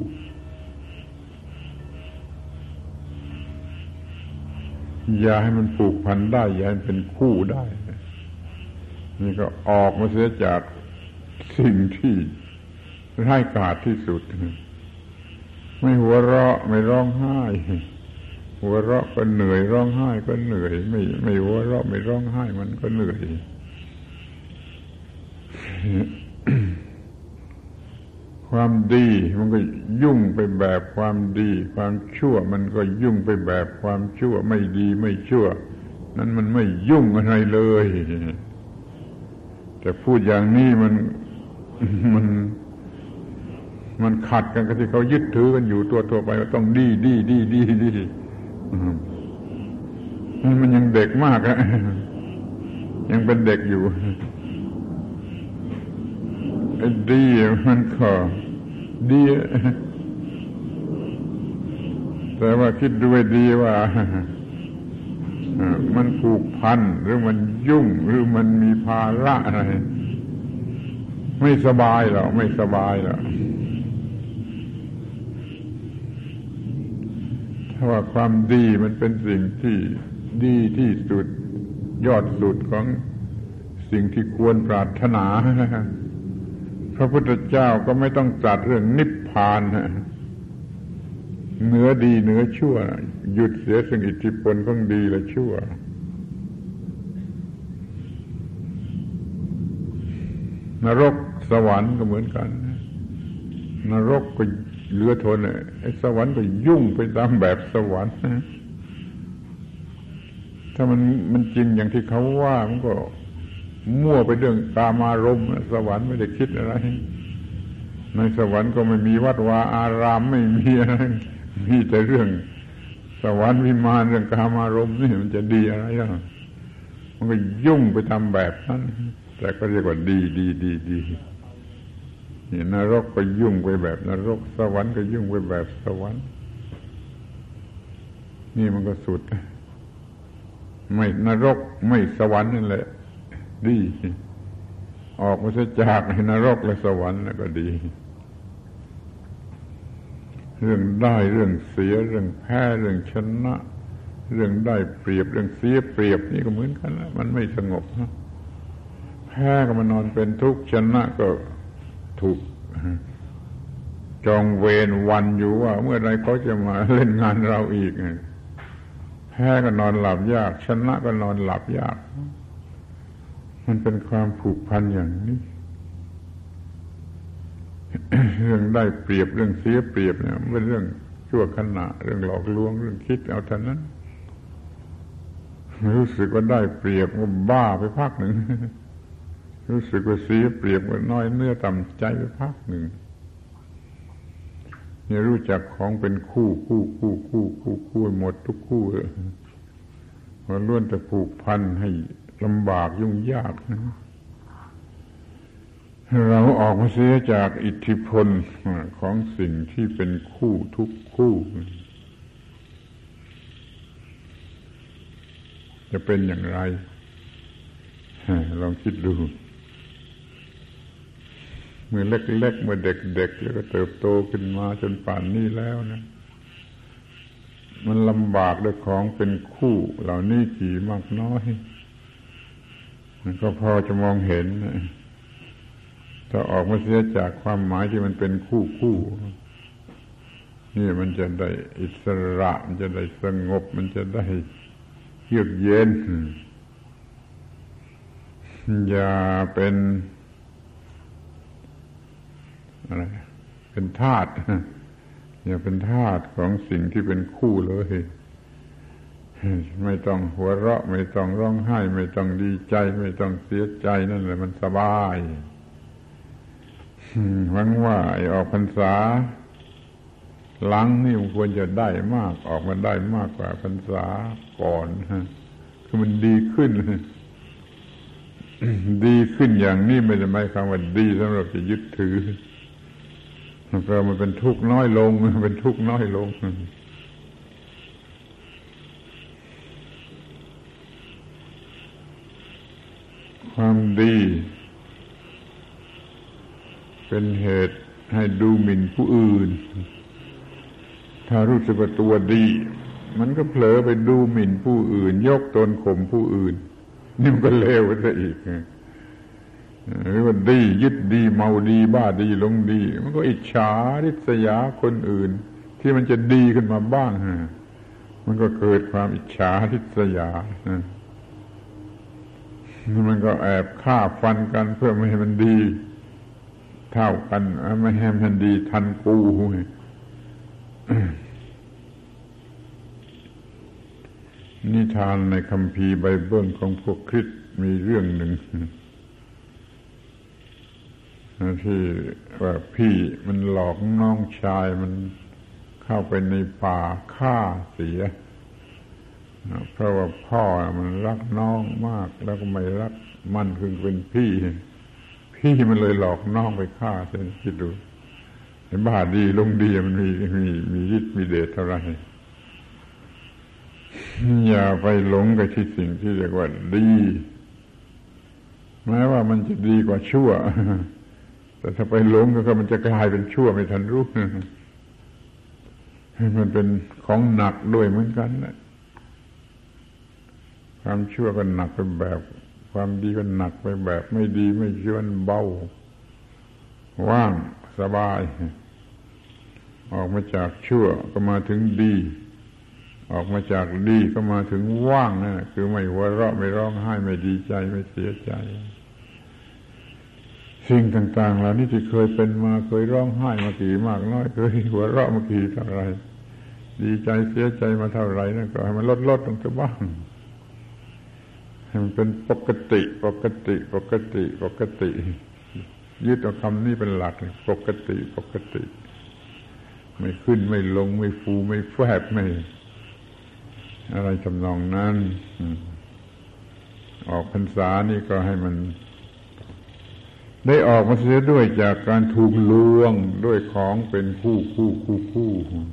อย่าให้มันผูกพันได้อย่าให้มันเป็นคู่ได้นี่ก็ออกมาเสียจากสิ่งที่ร้ายกาจที่สุดไม่หัวเราะไม่ร้องไห้หัวเราะก็เหนื่อยร้องไห้ก็เหนื่อยไม่ไม่หัวเราะไม่ร้องไห้มันก็เหนื่อยความดีมันก็ยุ่งไปแบบความดีความชั่วมันก็ยุ่งไปแบบความชั่วไม่ดีไม่ชั่วนั้นมันไม่ยุ่งอะไรเลยแต่พูดอย่างนี้มันมันมันขัดกันกับที่เขายึดถือกันอยู่ตัวตัวไปว่าต้องดีดีดีดีดีมันยังเด็กมากอะยังเป็นเด็กอยู่ไอ้ดีมันก็ดีแต่ว่าคิดด้วยดีว่ามันผูกพันหรือมันยุ่งหรือมันมีภาระอะไรไม่สบายหรอกไม่สบายหรอกถ้าว่าความดีมันเป็นสิ่งที่ดีที่สุดยอดสุดของสิ่งที่ควรปรารถนาพระพุทธเจ้าก็ไม่ต้องตรัสเรื่องนิพพานเหนือดีเหนือชั่วหยุดเสียซึ่งอิทธิพลของดีและชั่วนรกสวรรค์ก็เหมือนกันนรกก็เหลือทนไอ้สวรรค์ก็ยุ่งไปตามแบบสวรรค์ถ้ามันมันจริงอย่างที่เขาว่ามันก็มั่วไปเรื่องกามารมณ์สวรรค์ไม่ได้คิดอะไรในสวรรค์ก็ไม่มีวัดวาอารามไม่มีอะไรมีแต่เรื่องสวรรค์วิมานเรื่องกามารมณ์นี่มันจะดีอะไรล่ะมันก็ยุ่งไปตามแบบนั้นแต่ก็เรียกว่าดีดีดีดีนี่นรกก็ยุ่งไปแบบนรกสวรรค์ก็ยุ่งไปแบบสวรรค์นี่มันก็สุดไม่นรกไม่สวรรค์นั่นแหละดีออกมาจากนรกและสวรรค์ก็ดีเรื่องได้เรื่องเสียเรื่องแพ้เรื่องชนะเรื่องได้เปรียบเรื่องเสียเปรียบนี่ก็เหมือนกันนะมันไม่สงบนะแพ้ก็มานอนเป็นทุกข์ชนะก็ถูกจองเวรวันอยู่ว่าเมื่อไรเขาจะมาเล่นงานเราอีกแพ้ก็นอนหลับยากชนะก็นอนหลับยากมันเป็นความผูกพันอย่างนี้ เรื่องได้เปรียบเรื่องเสียเปรียบเนี่ยเป็นเรื่องชั่วขณะเรื่องหลอกลวงเรื่องคิดเอาเท่านั้นรู้สึกว่าได้เปรียบก็บ้าไปพักหนึ่ง รู้สึกว่าเสียเปรียบก็น้อยเนื้อต่ำใจไปพักหนึ่งเนี่ยรู้จักของเป็นคู่คู่คู่คู่คู่คู่หมดทุกคู่เลยมันล้วนแต่ผูกพันให้ลำบากยุ่งยากนะเราออกมาเสียจากอิทธิพลของสิ่งที่เป็นคู่ทุกคู่จะเป็นอย่างไรลองคิดดูเมื่อเล็กๆเมื่อเด็กๆแล้วก็เติบโตขึ้นมาจนป่านนี้แล้วนะมันลำบากด้วยของเป็นคู่เหล่านี้กี่มากน้อยมันก็พอจะมองเห็นถ้าออกมาเสียจากความหมายที่มันเป็นคู่คู่นี่มันจะได้อิสระมันจะได้สงบมันจะได้เยือกเย็นอย่าเป็นอะไรเป็นทาสอย่าเป็นทาสของสิ่งที่เป็นคู่เลยไม่ต้องหัวเราะไม่ต้องร้องไห้ไม่ต้องดีใจไม่ต้องเสียใจนั่นแหละมันสบายหวังว่าไอ้ออกพรรษาหลังนี่มันควรจะได้มากออกมาได้มากกว่าพรรษาก่อนคือมันดีขึ้นดีขึ้นอย่างนี้ไม่ได้หมายความว่าดีสำหรับจะยึดถือเพราะมันเป็นทุกข์น้อยลงเป็นทุกข์น้อยลงความดีเป็นเหตุให้ดูหมิ่นผู้อื่นถ้ารู้สึกว่าตัวดีมันก็เผลอไปดูหมิ่นผู้อื่นยกตนข่มผู้อื่นนี่มันก็เลวไปซะอีกหรือว่าดียึดดีเมาดีบ้าดีหลงดีมันก็อิจฉาริษยาคนอื่นที่มันจะดีขึ้นมาบ้างมันก็เกิดความอิจฉาริษยามันก็แอบฆ่าฟันกันเพื่อไม่ให้มันดีเท่ากันไม่ให้มันดีทันกูนิทานในคัมภีร์ไบเบิลของพวกคริสต์มีเรื่องหนึ่งที่ว่าพี่มันหลอกน้องชายมันเข้าไปในป่าฆ่าเสียเพราะว่าพ่อมันรักน้องมากแล้วก็ไม่รักมันคือเป็นพี่พี่มันเลยหลอกน้องไปฆ่าเสียคิดดูไอ้บ้าดีลงดีมันมีมีมีฤทธิ์มีเดชเท่าไหร่อย่าไปหลงกับที่สิ่งที่เรียกว่าดีแม้ว่ามันจะดีกว่าชั่วแต่ถ้าไปหลงก็มันจะกลายเป็นชั่วไม่ทันรู้มันเป็นของหนักด้วยเหมือนกันแหละความชั่วก็หนักไปแบบความดีก็หนักไปแบบไม่ดีไม่ชั่วเบาว่างสบายออกมาจากชั่วก็มาถึงดีออกมาจากดีก็มาถึงว่างนะคือไม่หัวเราะไม่ร้องไห้ไม่ดีใจไม่เสียใจสิ่งต่างๆเหล่านี้ที่เคยเป็นมาเคยร้องไห้มากี่มากน้อยเคยหัวเราะมากี่เท่าไรดีใจเสียใจมาเท่าไรนั่นก็ให้มันลดๆลงซะบ้างให้มันเป็นปกติปกติปกติปกติยึดเอาคำนี้เป็นหลักปกติปกติไม่ขึ้นไม่ลงไม่ฟูไม่แฟบไม่อะไรทำนองนั้นออกพรรษานี่ก็ให้มันได้ออกมาเสียด้วยจากการถูกลวงด้วยของเป็นคู่คู่คู่คู่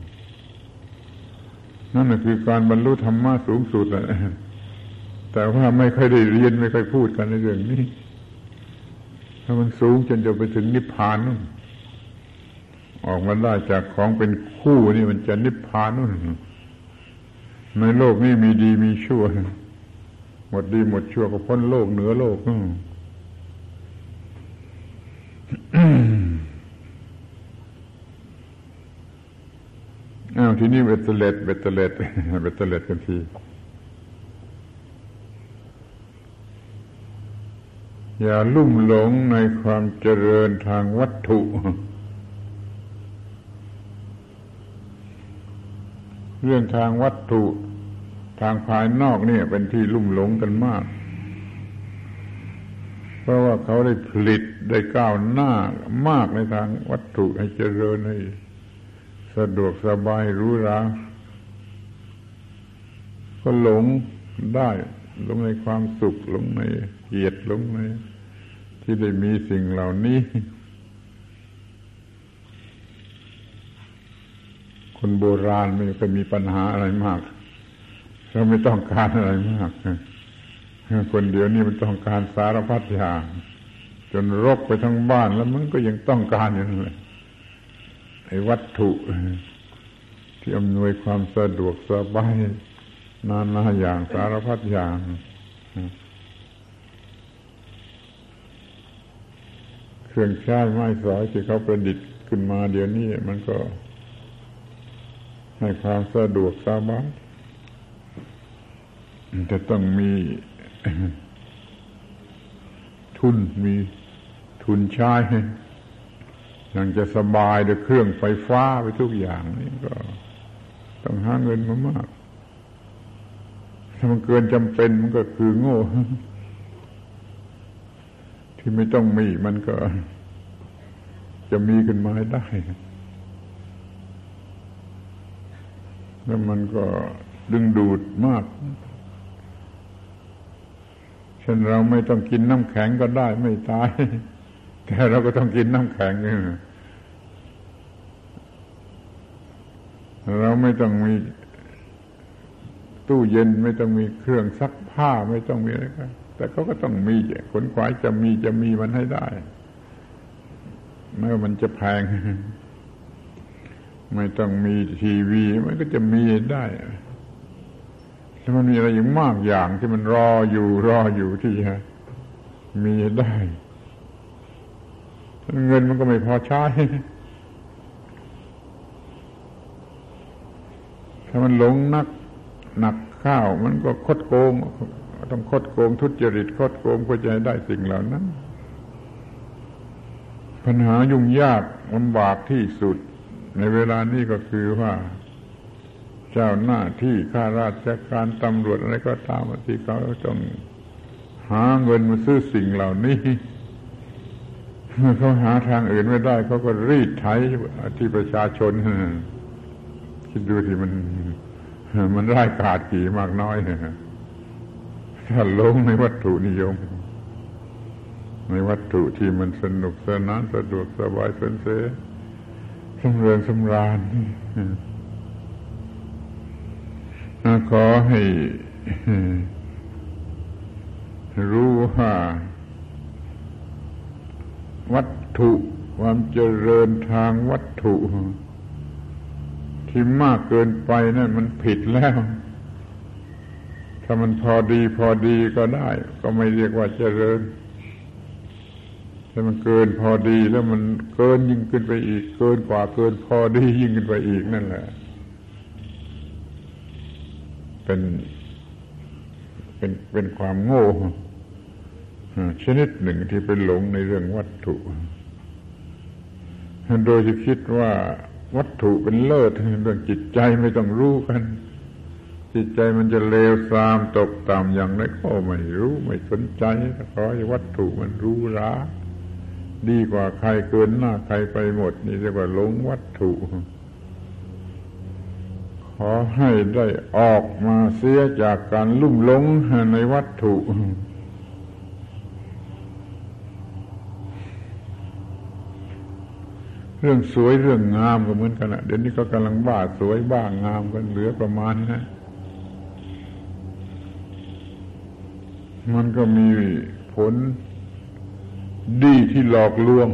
นั่นคือการบรรลุธรรมะสูงสุดแหละแต่ว่าไม่ค่อยได้เรียนไม่ค่อยพูดกันในเรื่องนี้ถ้ามันสูงจนจะไปถึงนิพพานนู่นออกมาได้จากของเป็นคู่นี่มันจะนิพพานนู่นในโลกนี้มีดีมีชั่วหมดดีหมดชั่วก็พ้นโลกเหนือโลกอ้าวทีนี้เบตเตเลตเบตเตเลตเบตเตเลตกันทีอย่าลุ่มหลงในความเจริญทางวัตถุเรื่องทางวัตถุทางภายนอกนี่เป็นที่ลุ่มหลงกันมากเพราะว่าเขาได้ผลิตได้ก้าวหน้ามากในทางวัตถุให้เจริญให้สะดวกสบายหรูหราก็หลงได้หลงในความสุขหลงในเกียรติหลงในที่ได้มีสิ่งเหล่านี้คนโบราณไม่เคยมีปัญหาอะไรมากเราไม่ต้องการอะไรมากคนเดียวนี่มันต้องการสารพัดอย่างจนรกไปทั้งบ้านแล้วมันก็ยังต้องการอยู่นั่นแหละไอ้วัตถุที่อำนวยความสะดวกสบายนานาอย่างสารพัดอย่างคเครื่องใช้ไม้สอยที่เขาประดิษฐ์ขึ้นมาเดี๋ยวนี้มันก็ให้ความสะดวกสบายแต่ต้องมีทุนมีทุนใช้อย่างจะสบายด้วยเครื่องไฟฟ้าไปทุกอย่างนี่ก็ต้องหาเงินมามากถ้ามันเกินจำเป็นมันก็คือโง่ที่ไม่ต้องมีมันก็จะมีขึ้นมาให้ได้แล้วมันก็ดึงดูดมากเช่นเราไม่ต้องกินน้ำแข็งก็ได้ไม่ตายแต่เราก็ต้องกินน้ำแข็งเราไม่ต้องมีตู้เย็นไม่ต้องมีเครื่องซักผ้าไม่ต้องมีอะไรก็แต่เขาก็ต้องมีขนขวายจะมีจะมีมันให้ได้ไม่ว่ามันจะแพงไม่ต้องมีทีวีมันก็จะมีได้แล้วมันมีอะไรอย่างมากอย่างที่มันรออยู่รออยู่ที่จะมีได้เงินมันก็ไม่พอใช้ถ้ามันหลงนักหนักข้าวมันก็คดโกงต้องคดโกงทุจริตคดโกงเพื่อจะได้สิ่งเหล่านั้นปัญหายุ่งยากลำบากที่สุดในเวลานี้ก็คือว่าเจ้าหน้าที่ข้าราชการตำรวจอะไรก็ตามที่เขาต้องหาเงินมาซื้อสิ่งเหล่านี้เมื่อเขาหาทางอื่นไม่ได้เขาก็รีดไถที่ประชาชนคิดดูที่มันมันร้ายกาจกี่มากน้อยถ้าลงในวัตถุนิยมในวัตถุที่มันสนุกสนานสะดวกสบายสนเสสำเริงสำราญขอให้รู้ว่าวัตถุความเจริญทางวัตถุที่มากเกินไปนั่นมันผิดแล้วถ้ามันพอดีพอดีก็ได้ก็ไม่เรียกว่าเจริญถ้ามันเกินพอดีแล้วมันเกินยิ่งขึ้นไปอีกเกินกว่าเกินพอดียิ่งขึ้นไปอีกนั่นแหละเป็นเป็นเป็นความโง่ชนิดหนึ่งที่เป็นหลงในเรื่องวัตถุโดยที่คิดว่าวัตถุเป็นเลิศเรื่องจิตใจไม่ต้องรู้กันจิตใจมันจะเลวทรามตกต่ำอย่างไรก็ไม่รู้ไม่สนใจขอให้วัตถุมันรู้ราดีกว่าใครเกินหน้าใครไปหมดนี่เรียกว่าหลงวัตถุขอให้ได้ออกมาเสียจากการลุ่มหลงในวัตถุเรื่องสวยเรื่องงามก็เหมือนกันนะเดี๋ยวนี้ก็กำลังบ้าสวยบ้างามกันเหลือประมาณนะมันก็มีผลดีที่หลอกลวง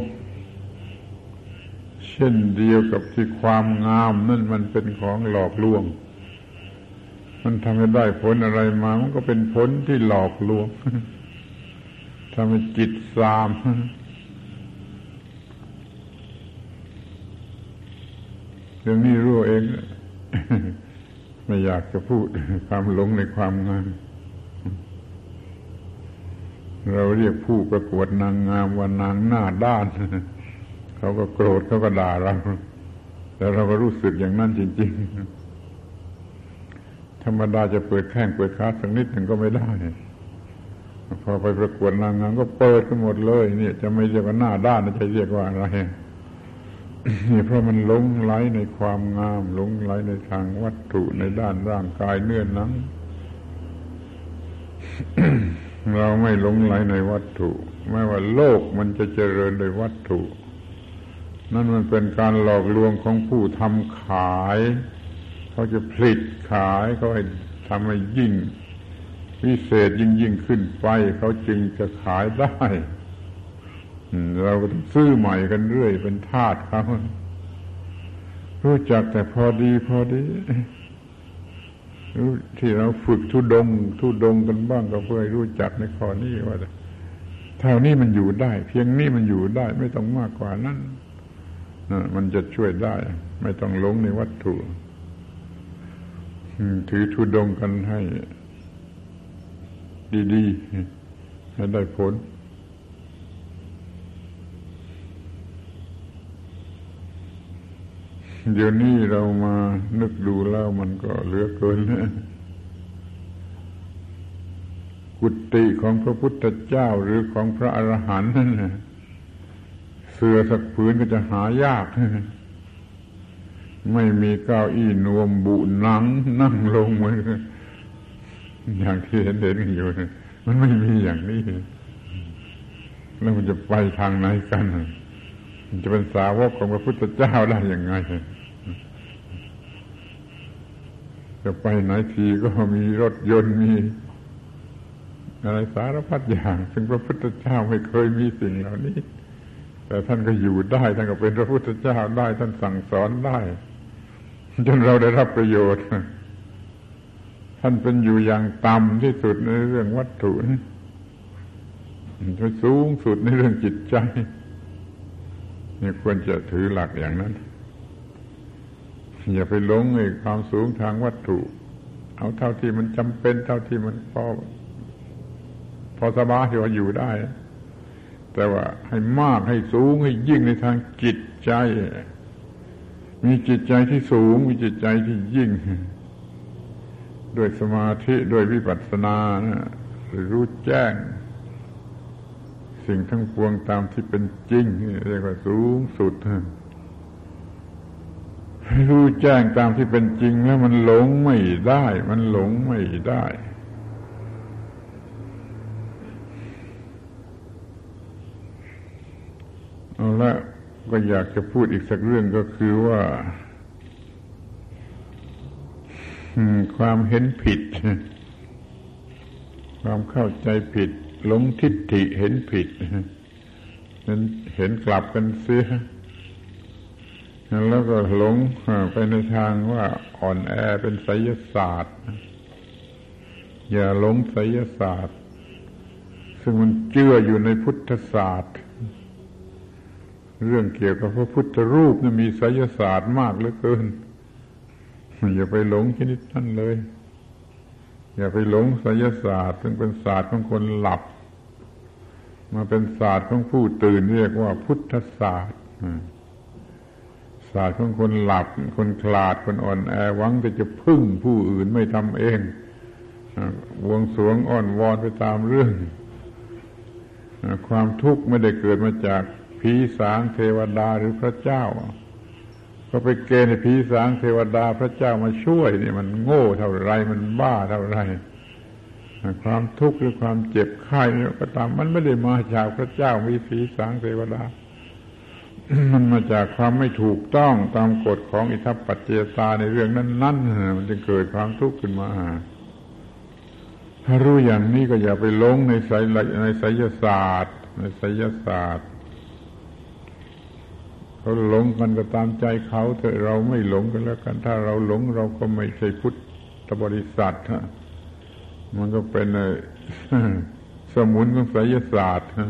เช่นเดียวกับที่ความงามนั่นมันเป็นของหลอกลวงมันทำให้ได้ผลอะไรมามันก็เป็นผลที่หลอกลวงทำให้จิตทรามเรื่องนี้รู้เองไม่อยากจะพูดความหลงในความงามเราเรียกผู้ประกวดนางงามว่านางหน้าด้านเขาก็โกรธเขาก็ด่าเราแต่เราก็รู้สึกอย่างนั้นจริงๆธรรมดาจะเปิดแข้งเปิดขาสักนิดหนึ่งก็ไม่ได้พอไปประกวดนางงามก็เปิดกันหมดเลยเนี่ยจะไม่เรียกว่าหน้าด้านจะเรียกว่าอะไรนี่เพราะมันหลงไหลในความงามหลงไหลในทางวัตถุในด้านร่างกายเนื้อหนัง เราไม่หลงไหลในวัตถุไม่ว่าโลกมันจะเจริญโดยวัตถุนั่นมันเป็นการหลอกลวงของผู้ทำขายเขาจะผลิตขายเขาให้ทำให้ยิ่งวิเศษยิ่งยิ่งขึ้นไปเขาจึงจะขายได้เราก็ต้องซื้อใหม่กันเรื่อยเป็นทาสเขารู้จักแต่พอดีพอดีที่เราฝึกทุดงทุดงกันบ้างก็เพื่อให้รู้จักในข้อนี้ว่าเท่านี้มันอยู่ได้เพียงนี้มันอยู่ได้ไม่ต้องมากกว่านั้นมันจะช่วยได้ไม่ต้องหลงในวัตถุถือธุดงค์กันให้ดีๆให้ได้ผลเดี๋ยวนี้เรามานึกดูแล้วมันก็เหลือเกินกุฏิของพระพุทธเจ้าหรือของพระอรหันต์นั่นน่ะเสื่อสักผืนก็จะหายากไม่มีเก้าอี้นวมบุหนังนั่งลงเหมือนอย่างที่เห็นเห็นกันอยู่มันไม่มีอย่างนี้แล้วมันจะไปทางไหนกันมันจะเป็นสาวกของพระพุทธเจ้าได้ยังไงจะไปไหนทีก็มีรถยนต์มีอะไรสารพัดอย่างซึ่งพระพุทธเจ้าไม่เคยมีสิ่งเหล่านี้แต่ท่านก็อยู่ได้ท่านก็เป็นพระพุทธเจ้าได้ท่านสั่งสอนได้จนเราได้รับประโยชน์ท่านเป็นอยู่อย่างต่ำที่สุดในเรื่องวัตถุที่สูงสุดในเรื่องจิตใจนี่ควรจะถือหลักอย่างนั้นอย่าไปหลงในความสูงทางวัตถุเอาเท่าที่มันจำเป็นเท่าที่มันพอพอสบายที่ว่าอยู่ได้แต่ว่าให้มากให้สูงให้ยิ่งในทางจิตใจมีจิตใจที่สูงมีจิตใจที่ยิ่งด้วยสมาธิด้วยวิปัสสนานะรู้แจ้งสิ่งทั้งปวงตามที่เป็นจริงเรียกว่าสูงสุดรู้แจ้งตามที่เป็นจริงแล้วมันหลงไม่ได้มันหลงไม่ได้เอาละก็อยากจะพูดอีกสักเรื่องก็คือว่าความเห็นผิดความเข้าใจผิดหลงทิฏฐิเห็นผิดนั้นเห็นกลับกันเสียแล้วก็หลงไปในทางว่าอ่อนแอเป็นไสยศาสตร์อย่าหลงไสยศาสตร์ซึ่งมันเจืออยู่ในพุทธศาสตร์เรื่องเกี่ยวกับพระพุทธรูปนี่มีไสยศาสตร์มากเหลือเกินอย่าไปหลงชนิดนั้นเลยอย่าไปหลงไสยศาสตร์ซึ่งเป็นศาสตร์ของคนหลับมาเป็นศาสตร์ของผู้ตื่นเรียกว่าพุทธศาสตร์ศาสตร์ของคนหลับคนขลาดคนอ่อนแอหวังแต่จะพึ่งผู้อื่นไม่ทำเองบวงสรวงอ้อนวอนไปตามเรื่องความทุกข์ไม่ได้เกิดมาจากผีสางเทวดาหรือพระเจ้าก็ไปเกณฑ์ให้ผีสางเทวดาพระเจ้ามาช่วยนี่มันโง่เท่าไรมันบ้าเท่าไรความทุกข์หรือความเจ็บไข้เนี่ยก็ตามมันไม่ได้มาจากพระเจ้ามีผีสางเทวดา มันมาจากความไม่ถูกต้องตามกฎของอิทัปปัจจยตาในเรื่องนั้นๆมันจึงเกิดความทุกข์ขึ้นมาถ้ารู้อย่างนี้ก็อย่าไปหลงในไสยในไสยศาสตร์ในไสยศาสตร์เขาหลงกันก็ตามใจเขาเถอะเราไม่หลงกันแล้วกันถ้าเราหลงเราก็ไม่ใช่พุทธบริษัทมันก็เป็นสมุนของไสยศาสตร์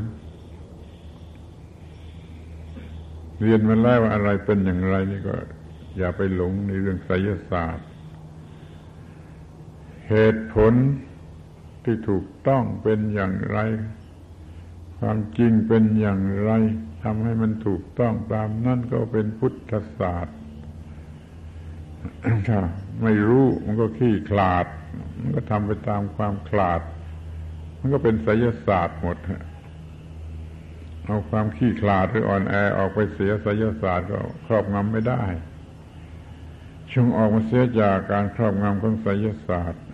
เรียนมาแล้วว่าอะไรเป็นอย่างไรนี่ก็อย่าไปหลงในเรื่องไสยศาสตร์เหตุผลที่ถูกต้องเป็นอย่างไรความจริงเป็นอย่างไรทำให้มันถูกต้องตามนั่นก็เป็นพุทธศาสตร์ถ้าไม่รู้มันก็ขี้ขลาดมันก็ทำไปตามความขลาดมันก็เป็นไสยศาสตร์หมดเอาความขี้ขลาดหรืออ่อนแอออกไปเสียไสยศาสตร์ก็ครอบงำไม่ได้จงออกมาเสียจากการครอบงำของไสยศาสตร์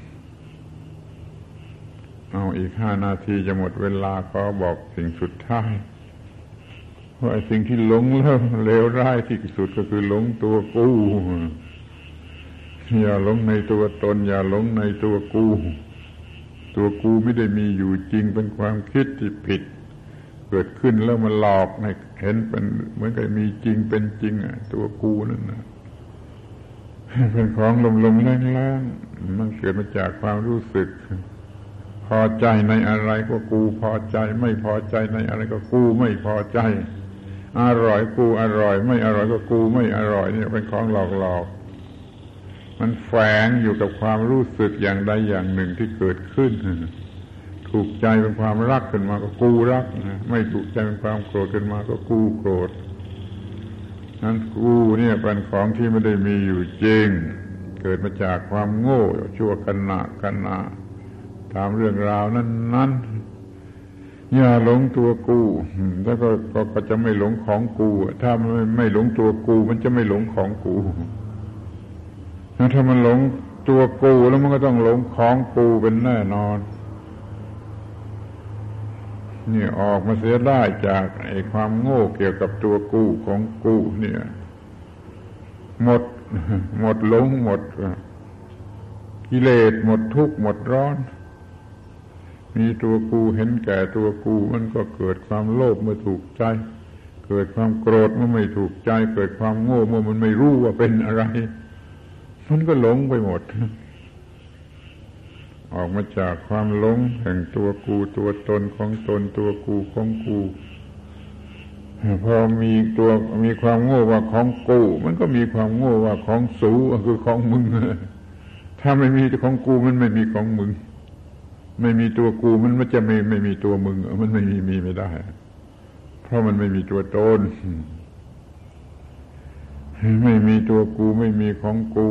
เอาอีกห้านาทีจะหมดเวลาขอบอกสิ่งสุดท้ายว่าไอ้สิ่งที่หลงแล้วเลวร้ายที่สุดก็คือหลงตัวกูอย่าหลงในตัวตนอย่าหลงในตัวกูตัวกูไม่ได้มีอยู่จริงเป็นความคิดที่ผิดเกิดขึ้นแล้วมันหลอกให้เห็นเป็นเหมือนกับมีจริงเป็นจริงอ่ะตัวกูนั่นนะเป็นของลมๆแรงๆมันเกิดมาจากความรู้สึกพอใจในอะไรก็กูพอใจไม่พอใจในอะไรก็กูไม่พอใจอร่อยกูอร่อยไม่อร่อยก็กูไม่อร่อยนี่เป็นของหลอกๆมันแฝงอยู่กับความรู้สึกอย่างใดอย่างหนึ่งที่เกิดขึ้นถูกใจเป็นความรักขึ้นมาก็กูรักไม่ถูกใจเป็นความโกรธขึ้นมาก็กูโกรธนั้นกูเนี่ยเป็นของที่ไม่ได้มีอยู่จริงเกิดมาจากความโง่ชั่วขณะขณะตามเรื่องราวนั้นๆอย่าหลงตัวกูแล้วก็ก็ก็จะไม่หลงของกูถ้าไม่ไม่หลงตัวกูมันจะไม่หลงของกูถ้ามันหลงตัวกูแล้วมันก็ต้องหลงของกูเป็นแน่นอนนี่ออกมาเสียได้จากไอ้ความโง่เกี่ยวกับตัวกูของกูเนี่ยหมดหมดหลงหมดกิเลสหมดทุกข์หมดร้อนมีตัวกูเห็นแก่ตัวกูมันก็เกิดความโลภเมื่อถูกใจเกิดความโกรธเมื่อไม่ถูกใจเกิดความโง่เมื่อมันไม่รู้ว่าเป็นอะไรมันก็หลงไปหมดออกมาจากความหลงแห่งตัวกูตัวตนของตนตัวกูของกูพอมีตัวมีความโง่ว่าของกูมันก็มีความโง่ว่าของสูคือของมึงถ้าไม่มีของกูมันไม่มีของมึงไม่มีตัวกูมันมันจะไม่ไม่มีตัวมึงมันไม่มีมีไม่ได้เพราะมันไม่มีตัวตนไม่มีตัวกูไม่มีของกู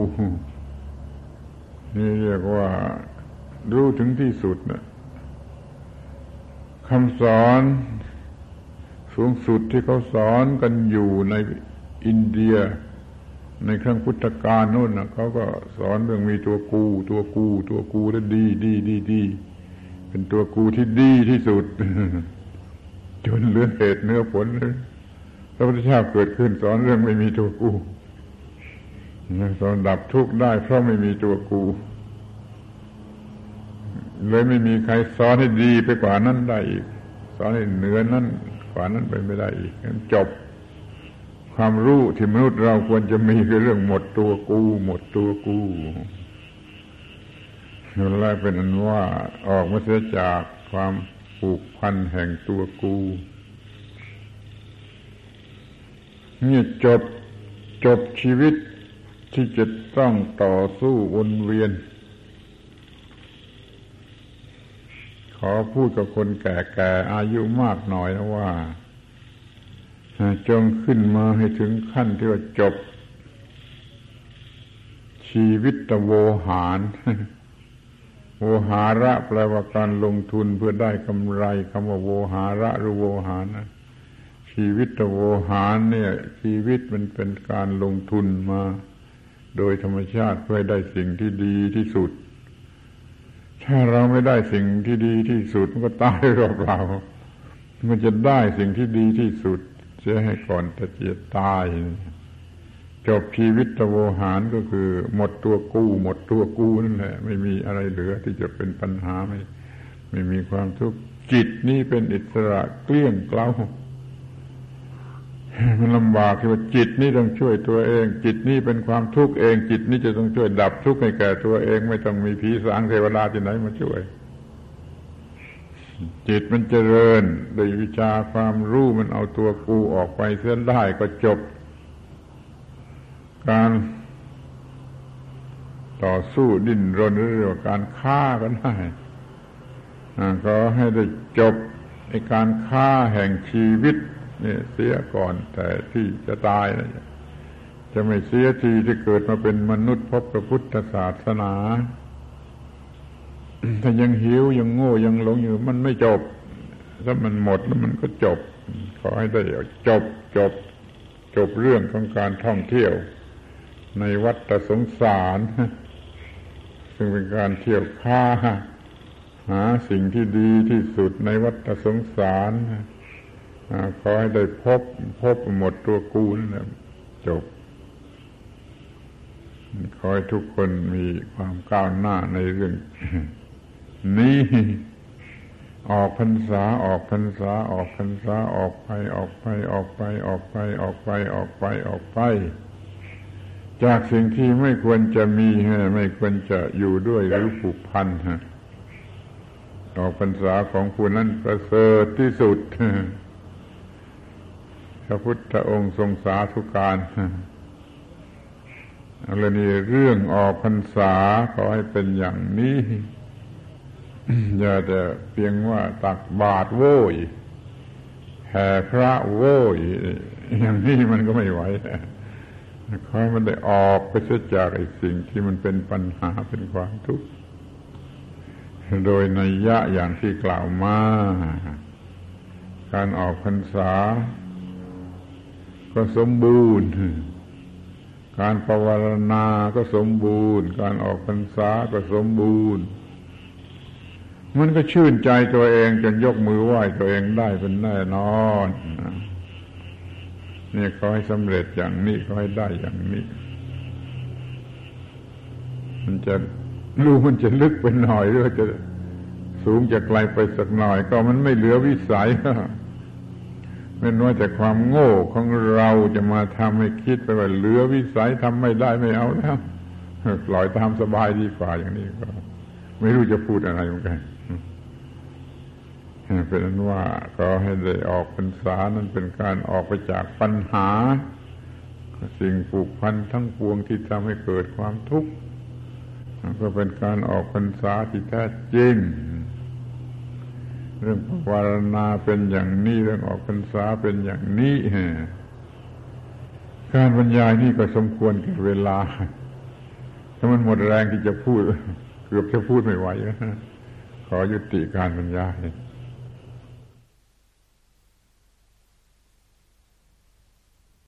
นี่เรียกว่ารู้ถึงที่สุดนะคำสอนสูงสุดที่เขาสอนกันอยู่ในอินเดียในครั้งพุทธกาลโน่นนะเขาก็สอนเรื่องมีตัวกูตัวกูตัวกูแล้วดีดีดีดีเป็นตัวกูที่ดีที่สุดจนเหลือเหตุเนื้อผลพระพุทธเจ้าเกิดขึ้นสอนเรื่องไม่มีตัวกูสอนดับทุกข์ได้เพราะไม่มีตัวกูเลยไม่มีใครสอนให้ดีไปกว่านั้นได้อีกสอนให้เหนือนั้นกว่านั้นไปไม่ได้อีกจบความรู้ที่มนุษย์เราควรจะมีคือเรื่องหมดตัวกูหมดตัวกูแล้วเป็นอันว่าออกมาเสียจากความผูกพันแห่งตัวกูนี่จบจบชีวิตที่จะต้องต่อสู้วนเวียนขอพูดกับคนแก่ๆอายุมากหน่อยนะว่าจงขึ้นมาให้ถึงขั้นที่ว่าจบชีวิตโวหารโวหาระแปลว่าการลงทุนเพื่อได้กำไรคำว่าโวหาระหรือโวหารนะชีวิตโวหารเนี่ยชีวิตมันเป็นการลงทุนมาโดยธรรมชาติเพื่อได้สิ่งที่ดีที่สุดถ้าเราไม่ได้สิ่งที่ดีที่สุดมันก็ตายเปล่าๆมันจะได้สิ่งที่ดีที่สุดเสียให้ก่อนจะเจียตายจบชีวิตโวหารก็คือหมดตัวกู้หมดตัวกู้นั่นแหละไม่มีอะไรเหลือที่จะเป็นปัญหาไม่ไม่มีความทุกข์จิตนี่เป็นอิสระเกลี้ยงเกลามันลำบากที่ว่าจิตนี่ต้องช่วยตัวเองจิตนี่เป็นความทุกข์เองจิตนี่จะต้องช่วยดับทุกข์ให้แก่ตัวเองไม่ต้องมีผีสางเทวดาที่ไหนมาช่วยจิตมันเจริญโดยวิชาความรู้มันเอาตัวกูออกไปเสียได้ก็จบการต่อสู้ดิ้นรนหรือว่าการฆ่าก็ได้ก็ให้ได้จบในการฆ่าแห่งชีวิตนี่เสียก่อนแต่ที่จะตายนะจะไม่เสียทีที่เกิดมาเป็นมนุษย์พบพระพุทธศาสนาถ้ายังหิวยังโง่ยังหลงอยู่มันไม่จบถ้ามันหมดแล้วมันก็จบขอให้ได้จบจบจบเรื่องของการท่องเที่ยวในวัฏสงสารซึ่งเป็นการเที่ยวค้าหาสิ่งที่ดีที่สุดในวัฏสงสารขอให้ได้พบพบหมดตัวกูนั่นแหละจบขอให้ทุกคนมีความก้าวหน้าในเรื่องนี้ออกพรรษาออกพรรษาออกพรรษาออกไปออกไปออกไปออกไปออกไปออกไปออกไปจากสิ่งที่ไม่ควรจะมีไม่ควรจะอยู่ด้วยหรือผูกพันออกพรรษาของผู้นั้นประเสริฐที่สุดพระพุทธองค์ทรงสาธุการอะไรนี่เรื่องออกพรรษาขอให้เป็นอย่างนี้อย่าแต่เพียงว่าตักบาตรโว้ยแห่พระโว้ยอย่างนี้มันก็ไม่ไหวขอให้มันได้ออกไปเสียจากไอ้สิ่งที่มันเป็นปัญหาเป็นความทุกข์โดยนัยยะอย่างที่กล่าวมาการออกพรรษาก็สมบูรณ์การภาวนาก็สมบูรณ์การออกพรรษาก็สมบูรณ์มันก็ชื่นใจตัวเองจนยกมือไหว้ตัวเองได้เป็นแน่นอนนี่ขอให้สำเร็จอย่างนี้ขอให้ได้อย่างนี้มันจะรู้มันจะลึกไปหน่อยหรือจะสูงจะไกลไปสักหน่อยก็มันไม่เหลือวิสัยไม่น้อยแต่ความโง่ของเราจะมาทำให้คิดไปว่าเหลือวิสัยทำไม่ได้ไม่เอาแล้วปล่อยตามสบายดีกว่าอย่างนี้ก็ไม่รู้จะพูดอะไรเหมือนกันเป็นนั้นว่าก็ให้ได้ออกพรรษานั้นเป็นการออกไปจากปัญหาสิ่งผูกพันทั้งปวงที่ทำให้เกิดความทุกข์ก็เป็นการออกพรรษาที่แท้จริงเรื่องภาวนาเป็นอย่างนี้เรื่องออกพรรษาเป็นอย่างนี้การบรรยายนี่ก็สมควรแก่เวลาถ้ามันหมดแรงที่จะพูดเกือบจะพูดไม่ไหวแล้วขอยุติการบรรยาย